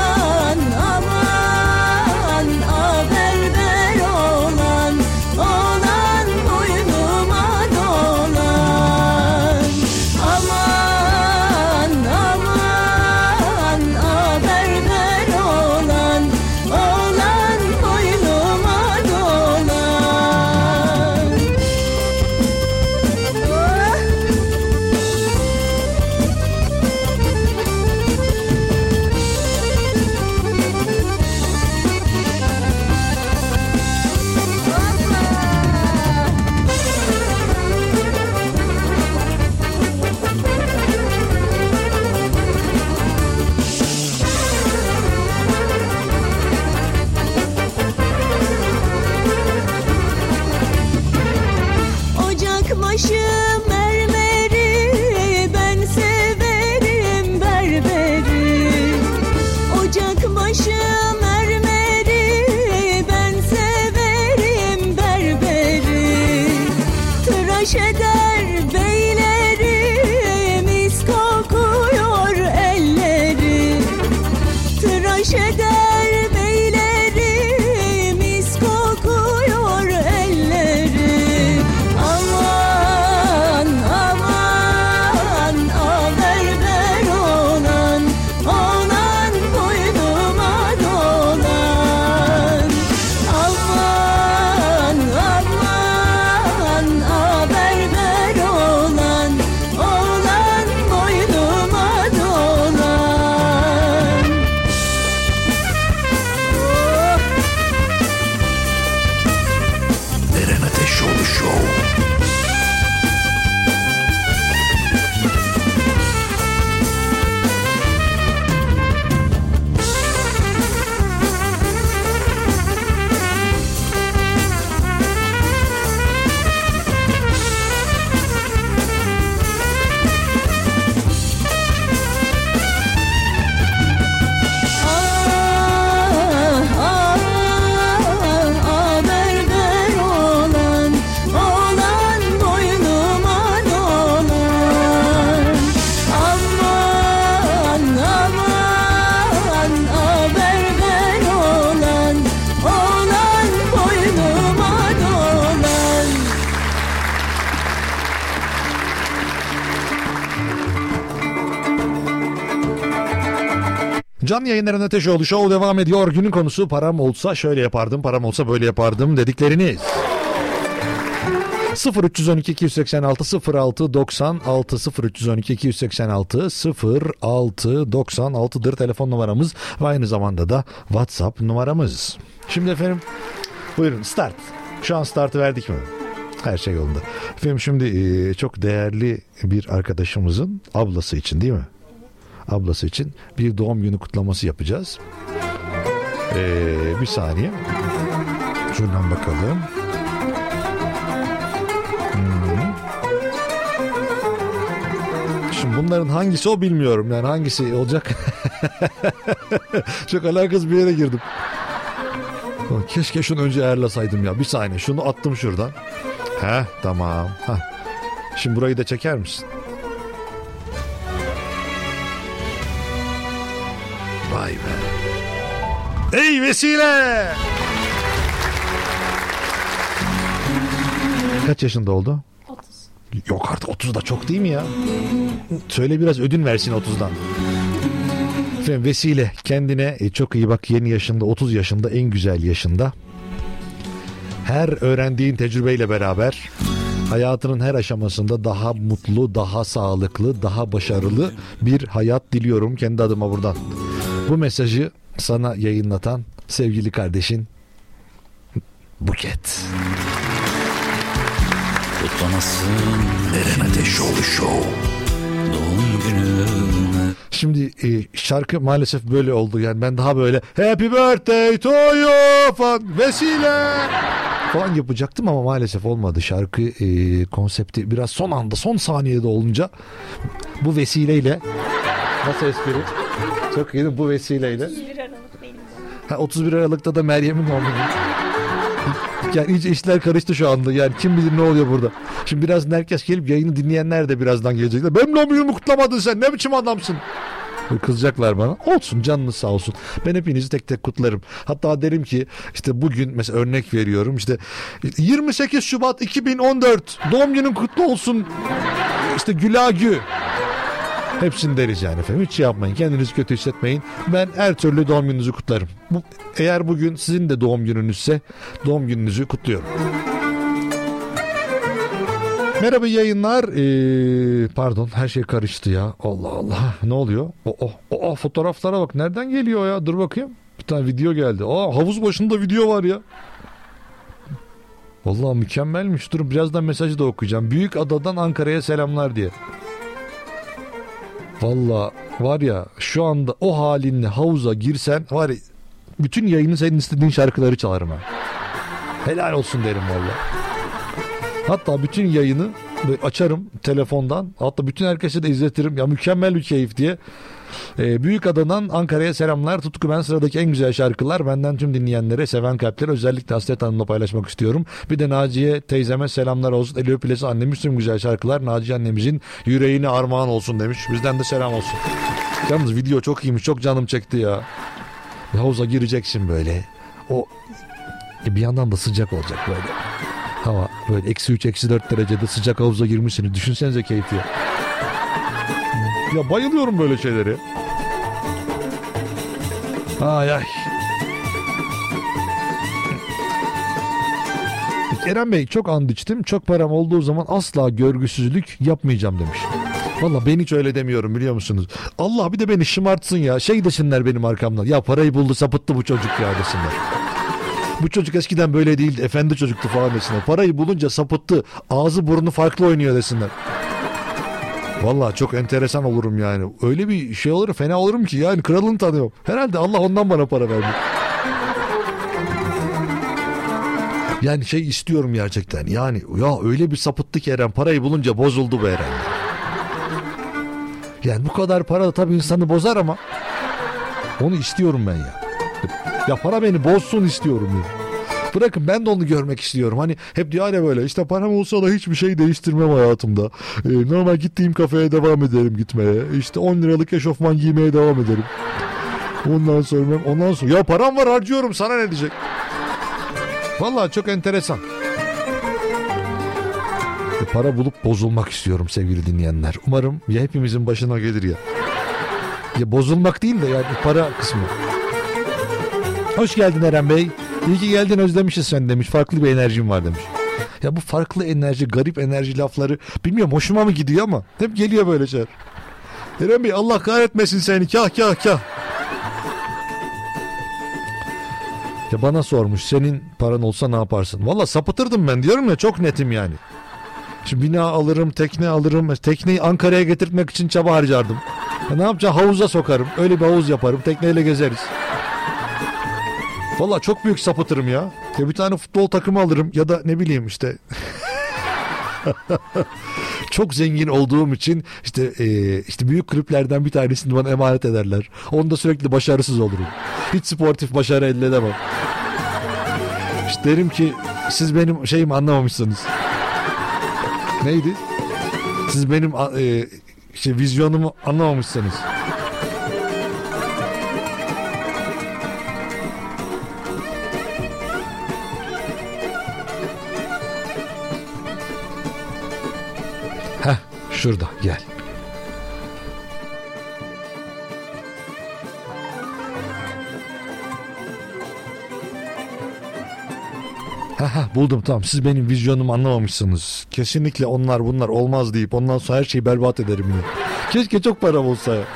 Can Yayınları'nın Ateşoğlu Show devam ediyor. Günün konusu param olsa şöyle yapardım, param olsa böyle yapardım dedikleriniz. sıfır üç on iki iki seksen altı sıfır altı doksan altı sıfır üç on iki iki seksen altı sıfır altı doksan altı'dır telefon numaramız ve aynı zamanda da WhatsApp numaramız. Şimdi efendim buyurun start. Şu an startı verdik mi? Her şey yolunda. Efendim şimdi çok değerli bir arkadaşımızın ablası için değil mi? Ablası için bir doğum günü kutlaması yapacağız. Ee, bir saniye. Şuradan bakalım. Hmm. Şimdi bunların hangisi o bilmiyorum. Yani hangisi olacak? Çok alakasız bir yere girdim. Keşke şunu önce ayarlasaydım ya. Bir saniye şunu attım şuradan. Heh tamam. Heh. Şimdi burayı da çeker misin? Vay be. Ey vesile! Kaç yaşında oldu? otuz. Yok artık otuz da çok değil mi ya? Söyle biraz ödün versin otuzdan. Efendim vesile kendine e, çok iyi bak, yeni yaşında, otuz yaşında, en güzel yaşında. Her öğrendiğin tecrübeyle beraber hayatının her aşamasında daha mutlu, daha sağlıklı, daha başarılı bir hayat diliyorum kendi adıma buradan. Bu mesajı sana yayınlatan sevgili kardeşin Buket. Kutlamasın Eren Ateşoğlu Show doğum günümü. Şimdi e, şarkı maalesef böyle oldu. Yani ben daha böyle Happy Birthday to you falan, vesile falan yapacaktım ama maalesef olmadı. Şarkı e, konsepti biraz son anda, son saniyede olunca bu vesileyle, nasıl espri? Çok iyiydi bu vesileyle. otuz bir Aralık benim de. Ha, otuz bir Aralık'ta da Meryem'in doğum günü. Yani iyice işler karıştı şu anda. Yani kim bilir ne oluyor burada. Şimdi birazdan herkes gelip yayını dinleyenler de birazdan gelecekler. Benim doğum günümü kutlamadın sen. Ne biçim adamsın? Kızacaklar bana. Olsun, canınız sağ olsun. Ben hepinizi tek tek kutlarım. Hatta derim ki işte bugün mesela örnek veriyorum. İşte yirmi sekiz Şubat iki bin on dört doğum günün kutlu olsun. İşte Gülagü. Hepsini deriz yani efendim. Hiç şey yapmayın. Kendinizi kötü hissetmeyin. Ben her türlü doğum gününüzü kutlarım. Bu, eğer bugün sizin de doğum gününüzse doğum gününüzü kutluyorum. Merhaba yayınlar. Ee, pardon her şey karıştı ya. Allah Allah. Ne oluyor? Oh, oh, oh, fotoğraflara bak. Nereden geliyor ya? Dur bakayım. Bir tane video geldi. Aa, havuz başında video var ya. Vallahi mükemmelmiş. Dur birazdan mesajı da okuyacağım. Büyükada'dan Ankara'ya selamlar diye. Valla var ya şu anda o halinle havuza girsen var ya, bütün yayını senin istediğin şarkıları çalarım ha. Helal olsun derim valla. Hatta bütün yayını açarım telefondan. Hatta bütün herkese de izletirim. Ya mükemmel bir keyif diye. Ee, Büyükada'dan Ankara'ya selamlar. Tutku ben sıradaki en güzel şarkılar benden tüm dinleyenlere, seven kalplere, özellikle Hasret Hanım'la paylaşmak istiyorum. Bir de Naciye teyzeme selamlar olsun. Eli öpülesi annemiz tüm güzel şarkılar. Naciye annemizin yüreğine armağan olsun demiş. Bizden de selam olsun. Yalnız video çok iyiymiş. Çok canım çekti ya. Bir havuza gireceksin böyle. O bir yandan da sıcak olacak böyle. Hava böyle eksi üç eksi dört derecede sıcak havuza girmişsiniz. Düşünsenize keyfi ya. Ya bayılıyorum böyle şeyleri. Ay ay. Eren Bey çok and içtim. Çok param olduğu zaman asla görgüsüzlük yapmayacağım demiş. Valla ben hiç öyle demiyorum biliyor musunuz? Allah bir de beni şımartsın ya. Şey desinler benim arkamdan. Ya parayı buldu sapıttı bu çocuk ya desinler. Bu çocuk eskiden böyle değildi. Efendi çocuktu falan desinler. Parayı bulunca sapıttı. Ağzı burnu farklı oynuyor desinler. Vallahi çok enteresan olurum yani. Öyle bir şey olur, fena olurum ki yani kralını tanıyorum. Herhalde Allah ondan bana para verdi. Yani şey istiyorum gerçekten. Yani ya öyle bir sapıttı ki Eren, parayı bulunca bozuldu bu Eren. Yani bu kadar para da tabii insanı bozar ama onu istiyorum ben ya. Ya para beni bozsun istiyorum ya. Bırakın ben de onu görmek istiyorum. Hani hep diyor ya böyle işte param olsa da hiçbir şey değiştirmem hayatımda. Ee, normal gittiğim kafeye devam ederim gitmeye. İşte on liralık eşofman giymeye devam ederim. Ondan sonra ondan sonra ya param var harcıyorum sana ne diyecek? Vallahi çok enteresan. E, para bulup bozulmak istiyorum sevgili dinleyenler. Umarım ya hepimizin başına gelir ya. Ya bozulmak değil de yani para kısmı. Hoş geldin Eren Bey. İyi ki geldin, özlemişiz sen demiş. Farklı bir enerjim var demiş. Ya bu farklı enerji, garip enerji lafları bilmiyorum hoşuma mı gidiyor ama hep geliyor böyle şeyler. Eren Bey Allah kahretmesin seni kah kah kah. Ya bana sormuş senin paran olsa ne yaparsın? Valla sapıtırdım ben diyorum ya, çok netim yani. Şimdi bina alırım, tekne alırım. Tekneyi Ankara'ya getirtmek için çaba harcardım. Ya ne yapacağım? Havuza sokarım. Öyle bir havuz yaparım. Tekneyle gezeriz. Valla çok büyük sapıtırım ya. Ya bir tane futbol takımı alırım ya da ne bileyim işte. Çok zengin olduğum için işte e, işte büyük kulüplerden bir tanesini bana emanet ederler. Onda sürekli başarısız olurum. Hiç sportif başarı elde edemem. İşte derim ki siz benim şeyimi anlamamışsınız. Neydi? Siz benim e, işte vizyonumu anlamamışsınız. Şurada gel. Haha, buldum, tamam. Siz benim vizyonumu anlamamışsınız. Kesinlikle onlar bunlar olmaz deyip ondan sonra her şeyi berbat ederim ya. Keşke çok param olsa ya.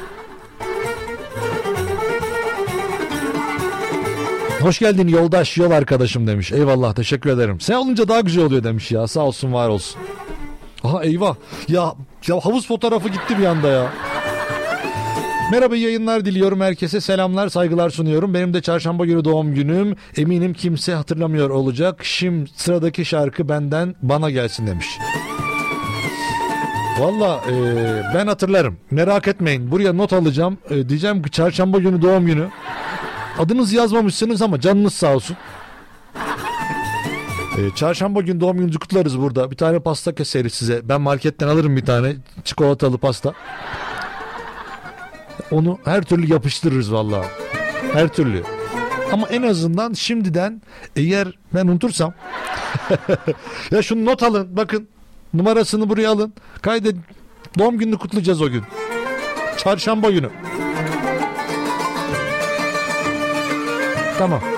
Hoş geldin yoldaş, yol arkadaşım demiş. Eyvallah, teşekkür ederim. Sen olunca daha güzel oluyor demiş ya. Sağ olsun, var olsun. Aha, eyvah. Ya, ya havuz fotoğrafı gitti bir anda ya. Merhaba, yayınlar diliyorum. Herkese selamlar, saygılar sunuyorum. Benim de çarşamba günü doğum günüm. Eminim kimse hatırlamıyor olacak. Şimdi sıradaki şarkı benden bana gelsin demiş. Valla e, ben hatırlarım. Merak etmeyin. Buraya not alacağım. E, diyeceğim ki çarşamba günü doğum günü. Adınızı yazmamışsınız ama canınız sağ olsun. Ee, çarşamba günü doğum gününüzü kutlarız burada. Bir tane pasta keseriz size. Ben marketten alırım bir tane çikolatalı pasta. Onu her türlü yapıştırırız vallahi. Her türlü. Ama en azından şimdiden, eğer ben unutursam ya şunu not alın, bakın numarasını buraya alın, kaydedin. Doğum gününü kutlayacağız o gün. Çarşamba günü. Tamam.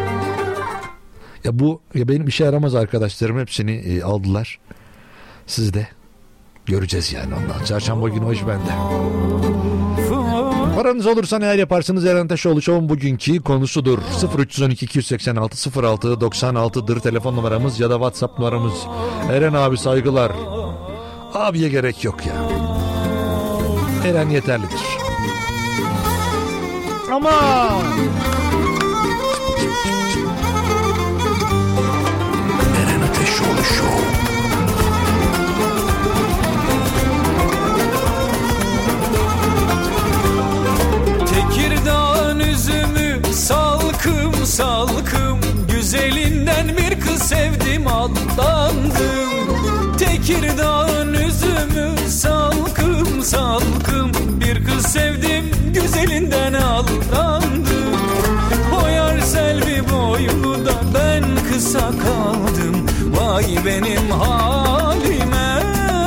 Ya bu ya benim işe yaramaz arkadaşlarım hepsini e, aldılar. Siz de göreceğiz yani ondan. Çarşamba günü hoş bende. Paranız olursa neler yaparsınız? Eren Ateşoğlu Show'un bugünkü konusudur. sıfır üç on iki iki seksen altı sıfır altı doksan altı'dır telefon numaramız ya da WhatsApp numaramız. Eren abi saygılar. Abiye gerek yok ya. Eren yeterlidir. Ama Eren Ateşoğlu Show. Tekirdağ'ın üzümü salkım salkım, güzelinden bir kız sevdim aldandım. Tekirdağ'ın üzümü salkım salkım, bir kız sevdim güzelinden aldandım. O yar selvi boylu da ben kısa kaldım, vay benim halime,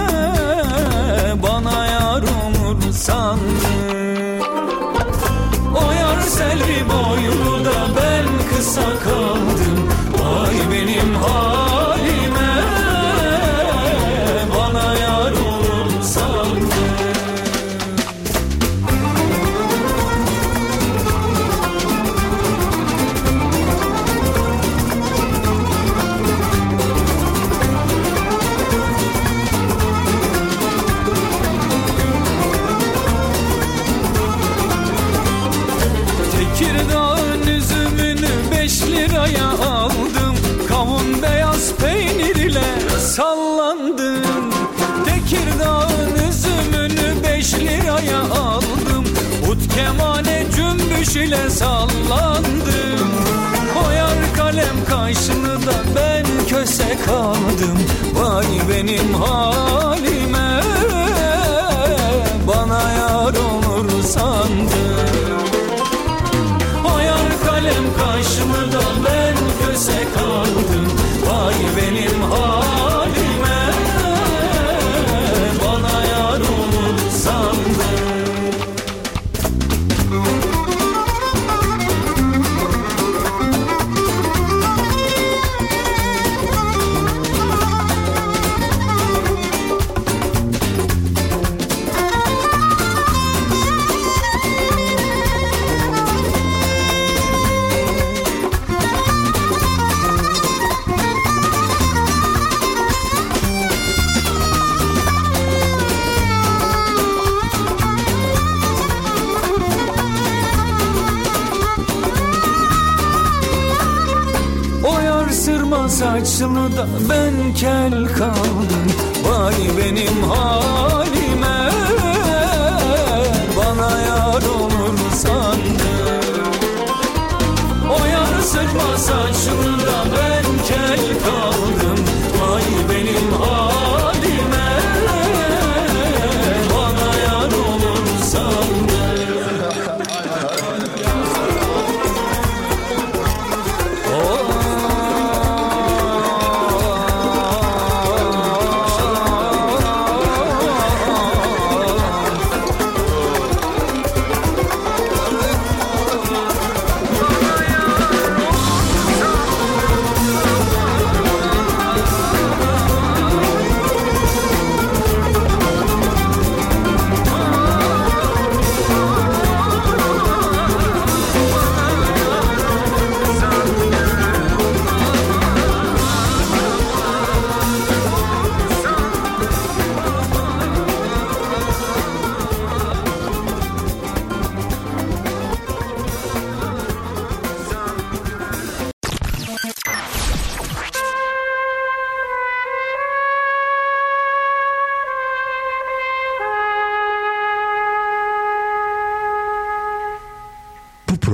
bana yar olur sandım. O yar selvi boylu da ben kısa kaldım, vay benim halime, bana yar olur sandım. Tekirdağ'ın üzümünü beş liraya aldım, kavun beyaz peynir ile sallandım. Tekirdağ'ın üzümünü beş liraya aldım, ut kemane cümbüş ile sallandım. O yar kalem kaşını da ben köse kaldım, vay benim halime, bana yar olur sandım. O yar kalem kaşımı da ben köse kaldım, vay benim halime, bana yar olur sandım. Sırma saçlı da ben kel kaldım, vay benim halime, bana yar olur sandım. O yar sırma saçlı da ben kel kaldım, vay benim halime, bana yar olur sandım.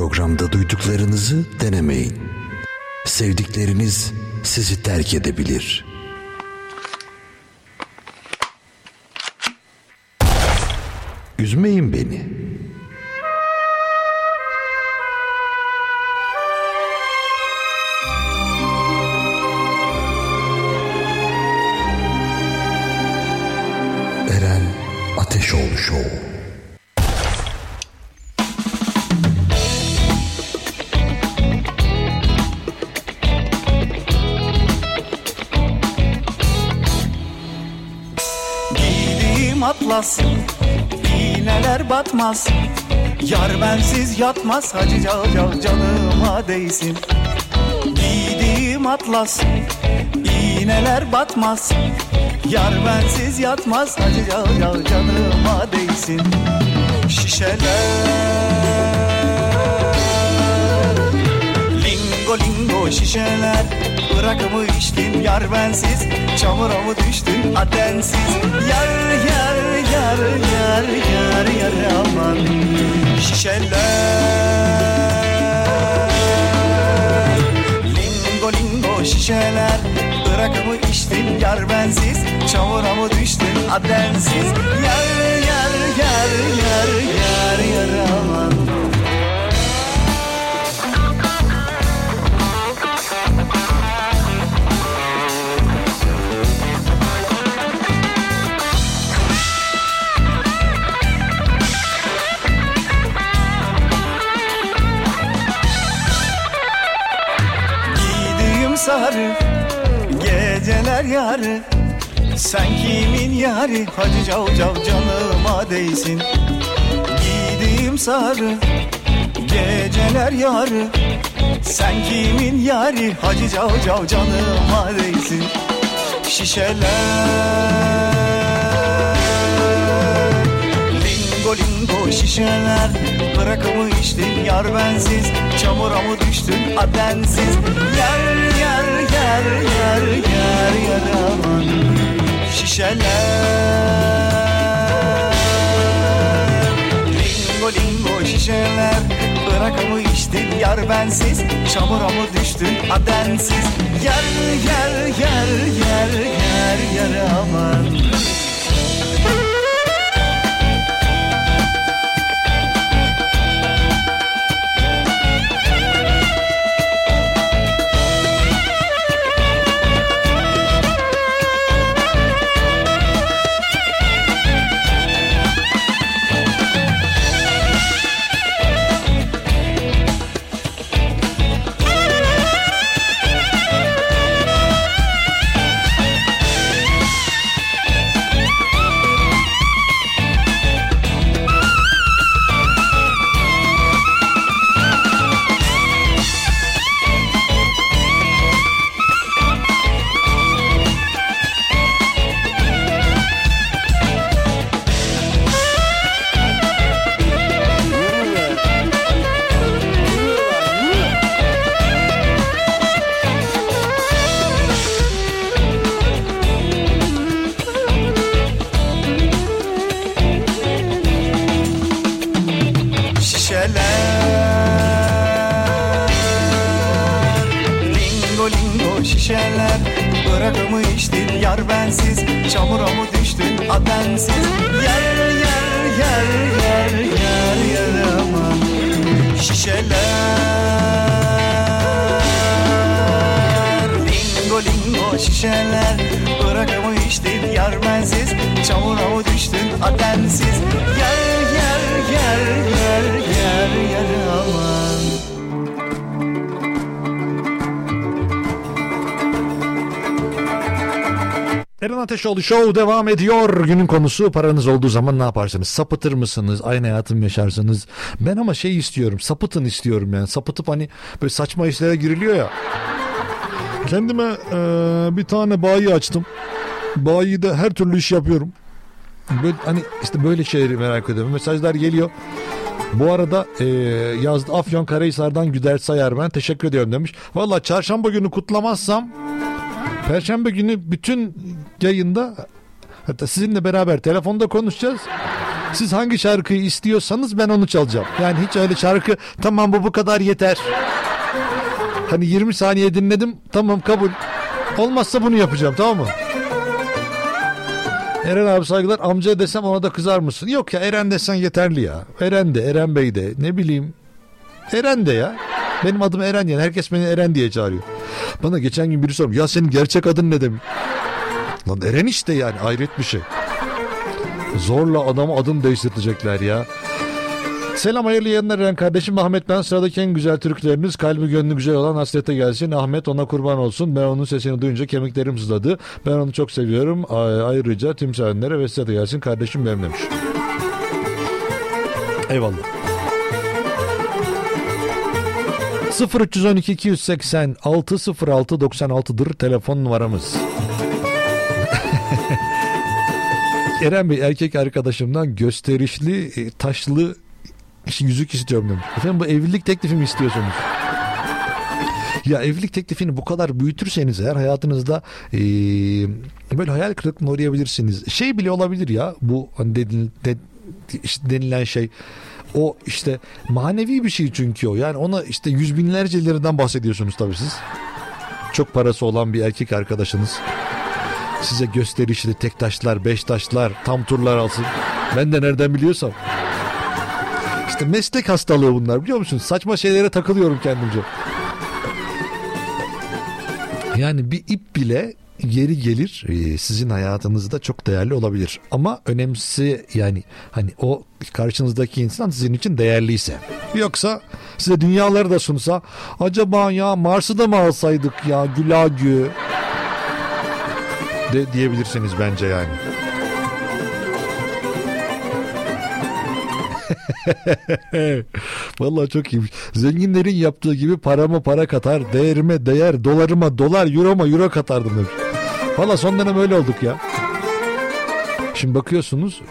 programda duyduklarınızı denemeyin. Sevdikleriniz sizi terk edebilir. Üzmeyin beni. Eren Ateşoğlu Show. Giydiğim atlas, iğneler batmaz. Yar bensiz yatmaz, hacı cal cal canıma değsin. Giydiğim atlas, iğneler batmaz. Yar bensiz yatmaz, hacı cal cal canıma değsin. Şişeler lingo lingo şişeler, bırakımı içtin yar bensiz, çamura mı düştün adensiz. Yar yar yar yar yar yar aman. Şişeler lingo lingo şişeler, bırakımı içtin yar bensiz, çamura mı düştün adensiz. Yar yar yar yar yar yar aman. Sarı geceler yarı, sen kimin yarı, hacı cav cav canıma değsin. Giydiğim sarı geceler yarı, sen kimin yarı, hacı cav cav canıma değsin. Şişeler lingo lingo şişeler, bırakımı içtin yar bensiz, çamura mı düştün adensiz. Yar yar yar yar yar yar aman. Şişeler lingo lingo şişeler, bırakımı içtin yar bensiz, çamura mı düştün adensiz. Yar yar yar yar yar yar aman. Bırakımı içtin yar bensiz, çamura mı düştün adensiz. Yer yer yer yer yer yer aman. Şişeler lingo lingo şişeler, bırakımı içtin yar bensiz, çamura mı düştün adensiz. Yer yer yer yer yer yer aman. Eren Ateşoğlu Show devam ediyor. Günün konusu, paranız olduğu zaman ne yaparsınız? Sapıtır mısınız? Aynı hayatı mı yaşarsınız? Ben ama şey istiyorum, sapıtın istiyorum yani. Sapıtıp hani böyle saçma işlere giriliyor ya. Kendime e, bir tane bayi açtım. Bayide her türlü iş yapıyorum. Böyle, hani işte böyle şeyleri merak ediyorum. Mesajlar geliyor. Bu arada e, yazdı Afyonkarahisar'dan Güder Sayar, ben teşekkür ediyorum demiş. Valla çarşamba günü kutlamazsam Perşembe günü bütün yayında, hatta sizinle beraber telefonda konuşacağız. Siz hangi şarkıyı istiyorsanız ben onu çalacağım. Yani hiç öyle şarkı tamam bu bu kadar yeter. Hani yirmi saniye dinledim tamam kabul. Olmazsa bunu yapacağım, tamam mı? Eren abi saygılar, amca desem ona da kızar mısın? Yok ya, Eren desen yeterli ya. Eren de, Eren Bey de, ne bileyim. Eren de ya. Benim adım Eren yani. Herkes beni Eren diye çağırıyor. Bana geçen gün biri sormuş. Ya senin gerçek adın ne demiş? Lan Eren işte yani, hayret bir şey. Zorla adamı adını değiştirecekler ya. Selam, hayırlı yayınlar Eren kardeşim. Ahmet ben, sıradaki en güzel türküleriniz kalbi gönlü güzel olan hasrete gelsin. Ahmet ona kurban olsun. Ben onun sesini duyunca kemiklerim sızladı. Ben onu çok seviyorum. Ayrıca tüm sevenlere ve size de gelsin kardeşim benim demiş. Eyvallah. sıfır üç on iki iki yüz seksen altı sıfır altı doksan altı'dır telefon numaramız. Eren Bey, erkek arkadaşımdan gösterişli taşlı yüzük istiyorum demiş. Efendim bu evlilik teklifi mi istiyorsunuz? Ya evlilik teklifini bu kadar büyütürseniz eğer hayatınızda ee, böyle hayal kırıklığına uğrayabilirsiniz. Şey bile olabilir ya bu hani denil, de, işte denilen şey. O işte manevi bir şey çünkü o. Yani ona işte yüz binlerce liradan bahsediyorsunuz tabii siz. Çok parası olan bir erkek arkadaşınız size gösterişli tek taşlar, beş taşlar, tam turlar alsın. Ben de nereden biliyorsam. İşte meslek hastalığı bunlar, biliyor musunuz? Saçma şeylere takılıyorum kendimce. Yani bir ip bile geri gelir sizin hayatınızda çok değerli olabilir. Ama önemlisi yani hani o karşınızdaki insan sizin için değerliyse. Yoksa size dünyaları da sunsa acaba ya Mars'ı da mı alsaydık ya gülagü de diyebilirsiniz bence yani. Vallahi çok iyiymiş. Zenginlerin yaptığı gibi parama para katar, değerime değer, dolarıma dolar, euroma euro katardım demiş. Vallahi son dönem öyle olduk ya. Şimdi bakıyorsunuz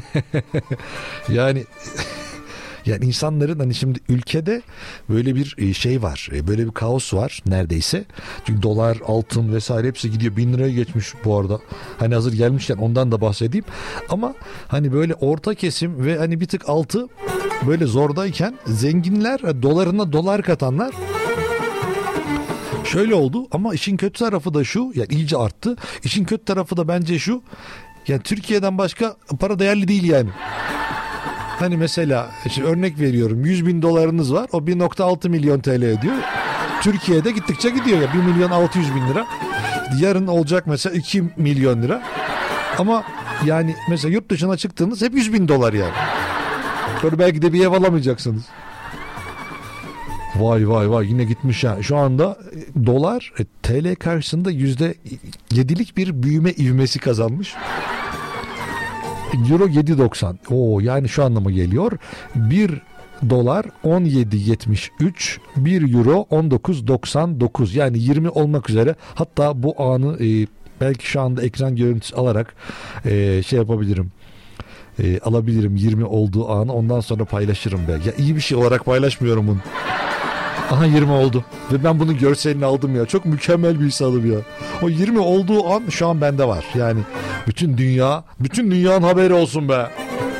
yani yani insanların hani şimdi ülkede böyle bir şey var, böyle bir kaos var neredeyse. Çünkü dolar, altın vesaire hepsi gidiyor. Bin liraya geçmiş bu arada. Hani hazır gelmişken ondan da bahsedeyim. Ama hani böyle orta kesim ve hani bir tık altı böyle zordayken zenginler dolarına dolar katanlar şöyle oldu. Ama işin kötü tarafı da şu, yani iyice arttı. İşin kötü tarafı da bence şu, yani Türkiye'den başka para değerli değil yani. Hani mesela işte örnek veriyorum, yüz bin dolarınız var, o bir nokta altı milyon T L ediyor. Türkiye'de gittikçe gidiyor ya, bir milyon altı yüz bin lira. Yarın olacak mesela iki milyon lira. Ama yani mesela yurt dışına çıktığınız hep yüz bin dolar yani. Böyle belki de bir ev alamayacaksınız. Vay vay vay, yine gitmiş ya. Şu anda dolar T L karşısında yüzde yedilik bir büyüme ivmesi kazanmış. Euro yedi doksan. Oo, yani şu anlama geliyor. bir dolar on yedi yetmiş üç, bir euro on dokuz doksan dokuz. Yani yirmi olmak üzere. Hatta bu anı e, belki şu anda ekran görüntüsü alarak e, şey yapabilirim. E, alabilirim yirmi olduğu anı, ondan sonra paylaşırım be. Ya iyi bir şey olarak paylaşmıyorum bunu. Aha yirmi oldu. Ve ben bunun görselini aldım ya. Çok mükemmel bir his aldım ya. O yirmi olduğu an şu an bende var. Yani bütün dünya, bütün dünyanın haberi olsun be.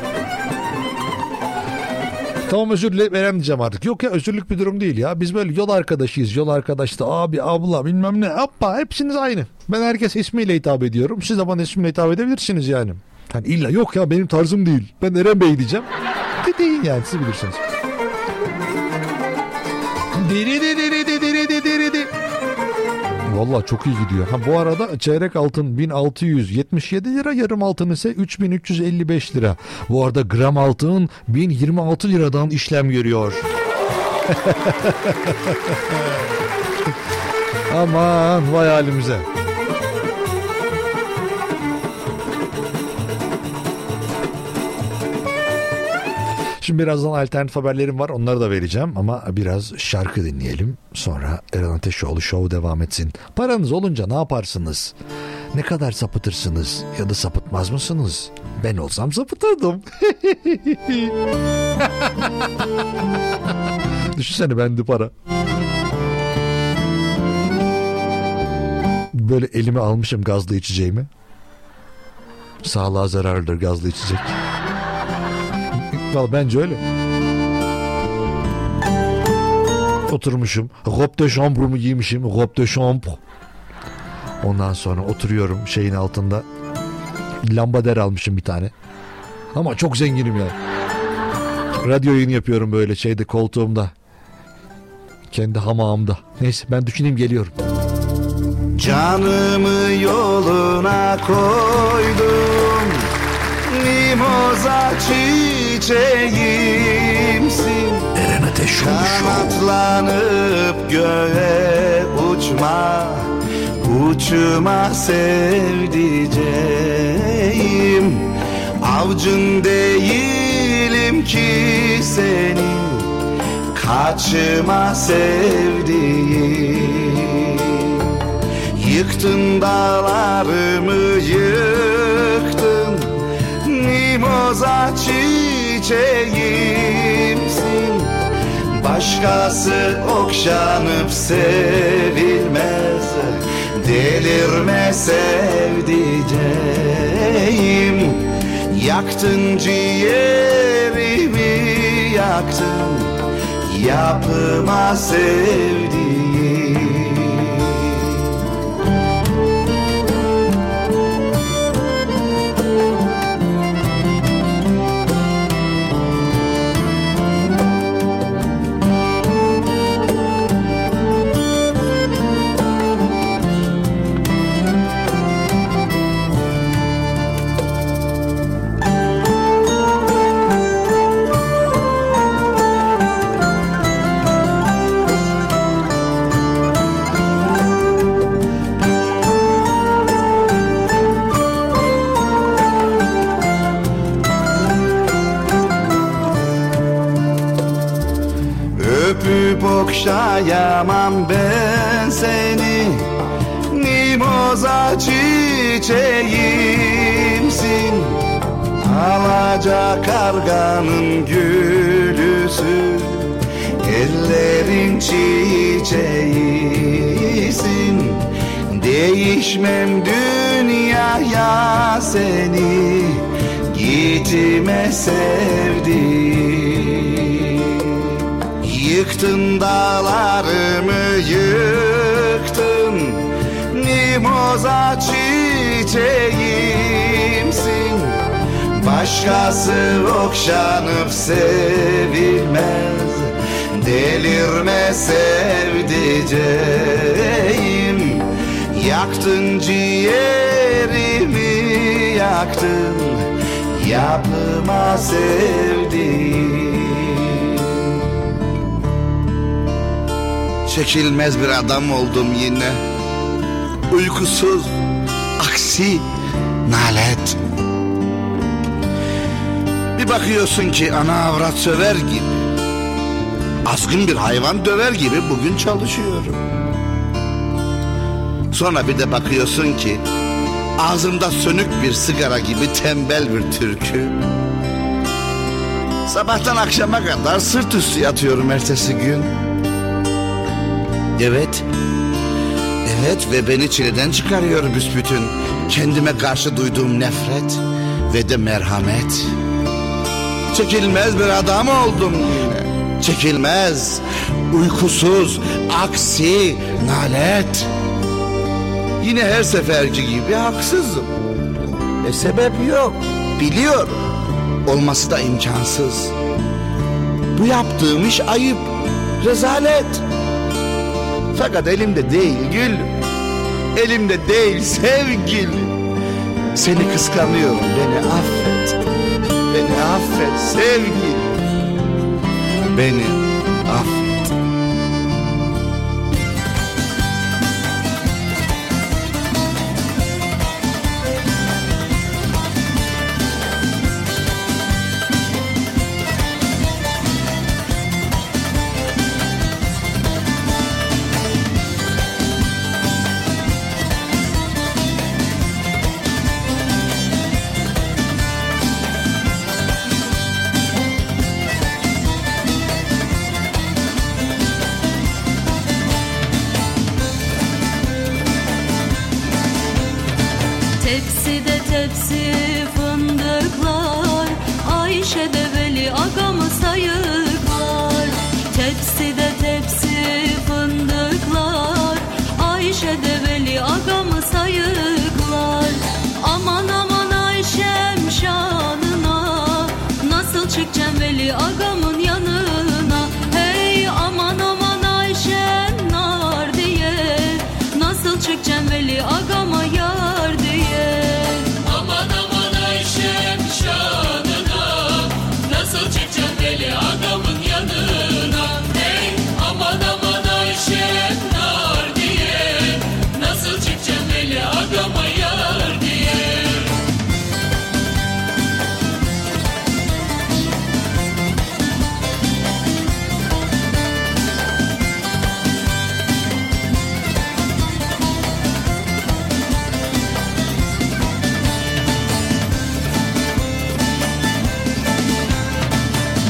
Tamam, özür dilerim Eren diyeceğim artık. Yok ya, özürlük bir durum değil ya. Biz böyle yol arkadaşıyız. Yol arkadaşta abi, abla bilmem ne. Hoppa, hepsiniz aynı. Ben herkes ismiyle hitap ediyorum. Siz de bana ismiyle hitap edebilirsiniz yani. Hani illa yok ya benim tarzım değil, ben Eren Bey diyeceğim. De değil yani, siz bilirsiniz. Diri diri diri diri diri diri. Vallahi çok iyi gidiyor. Ha, bu arada çeyrek altın bin altı yüz yetmiş yedi lira, yarım altın ise üç bin üç yüz elli beş lira. Bu arada gram altın bin yirmi altı liradan işlem görüyor. Aman vay halimize. Şimdi birazdan alternatif haberlerim var, onları da vereceğim ama biraz şarkı dinleyelim. Sonra Eren Ateşoğlu Show devam etsin. Paranız olunca ne yaparsınız? Ne kadar sapıtırsınız ya da sapıtmaz mısınız? Ben olsam sapıtırdım. Düşünsene, bende para. Böyle elime almışım gazlı içeceğimi. Sağlığa zararlıdır gazlı içecek. Vallahi bence öyle. Oturmuşum. Robe de chambre'ımı giymişim. Robe de chambre. Ondan sonra oturuyorum şeyin altında. Lambader almışım bir tane. Ama çok zenginim ya. Radyo yayını yapıyorum böyle şeyde, koltuğumda. Kendi hamağımda. Neyse ben düşüneyim, geliyorum. Canımı yoluna koydum, mimoza çiçeğimsin. Eren Ateşoğlu Show. Kanatlanıp göğe uçma, uçma sevdiceğim. Avcın değilim ki senin, kaçma sevdiğim. Yıktın dağlarımı yıktın, mimoza çiçeğimsin. Başkası okşanıp sevilmez, delirme sevdiceğim. Yaktın ciğerimi yaktın, yapma sevdiğim. Okşayamam ben seni, mimoza çiçeğimsin. Alaca karganın gülüsün, ellerin çiçeğisin. Değişmem dünyaya seni, gitme sevdiğim. Yıktın dağlarımı yıktın, mimoza çiçeğimsin. Başkası okşanıp sevilmez, delirme sevdiceğim. Yaktın ciğerimi yaktın, yapma sevdiğim. Çekilmez bir adam oldum yine, uykusuz, aksi, nalet. Bir bakıyorsun ki ana avrat söver gibi, azgın bir hayvan döver gibi bugün çalışıyorum. Sonra bir de bakıyorsun ki ağzımda sönük bir sigara gibi tembel bir türkü. Sabahtan akşama kadar sırt üstü yatıyorum ertesi gün. Evet, evet ve beni çileden çıkarıyor büsbütün kendime karşı duyduğum nefret ve de merhamet. Çekilmez bir adam oldum yine, çekilmez, uykusuz, aksi, nalet. Yine her seferki gibi haksızım. E sebep yok, biliyorum, olması da imkansız. Bu yaptığım iş ayıp, rezalet. Fakat elimde değil gül, elimde değil sevgilim. Seni kıskanıyorum, beni affet, beni affet sevgilim, beni affet. Tepside tepsi fındıklar, Ayşe de veli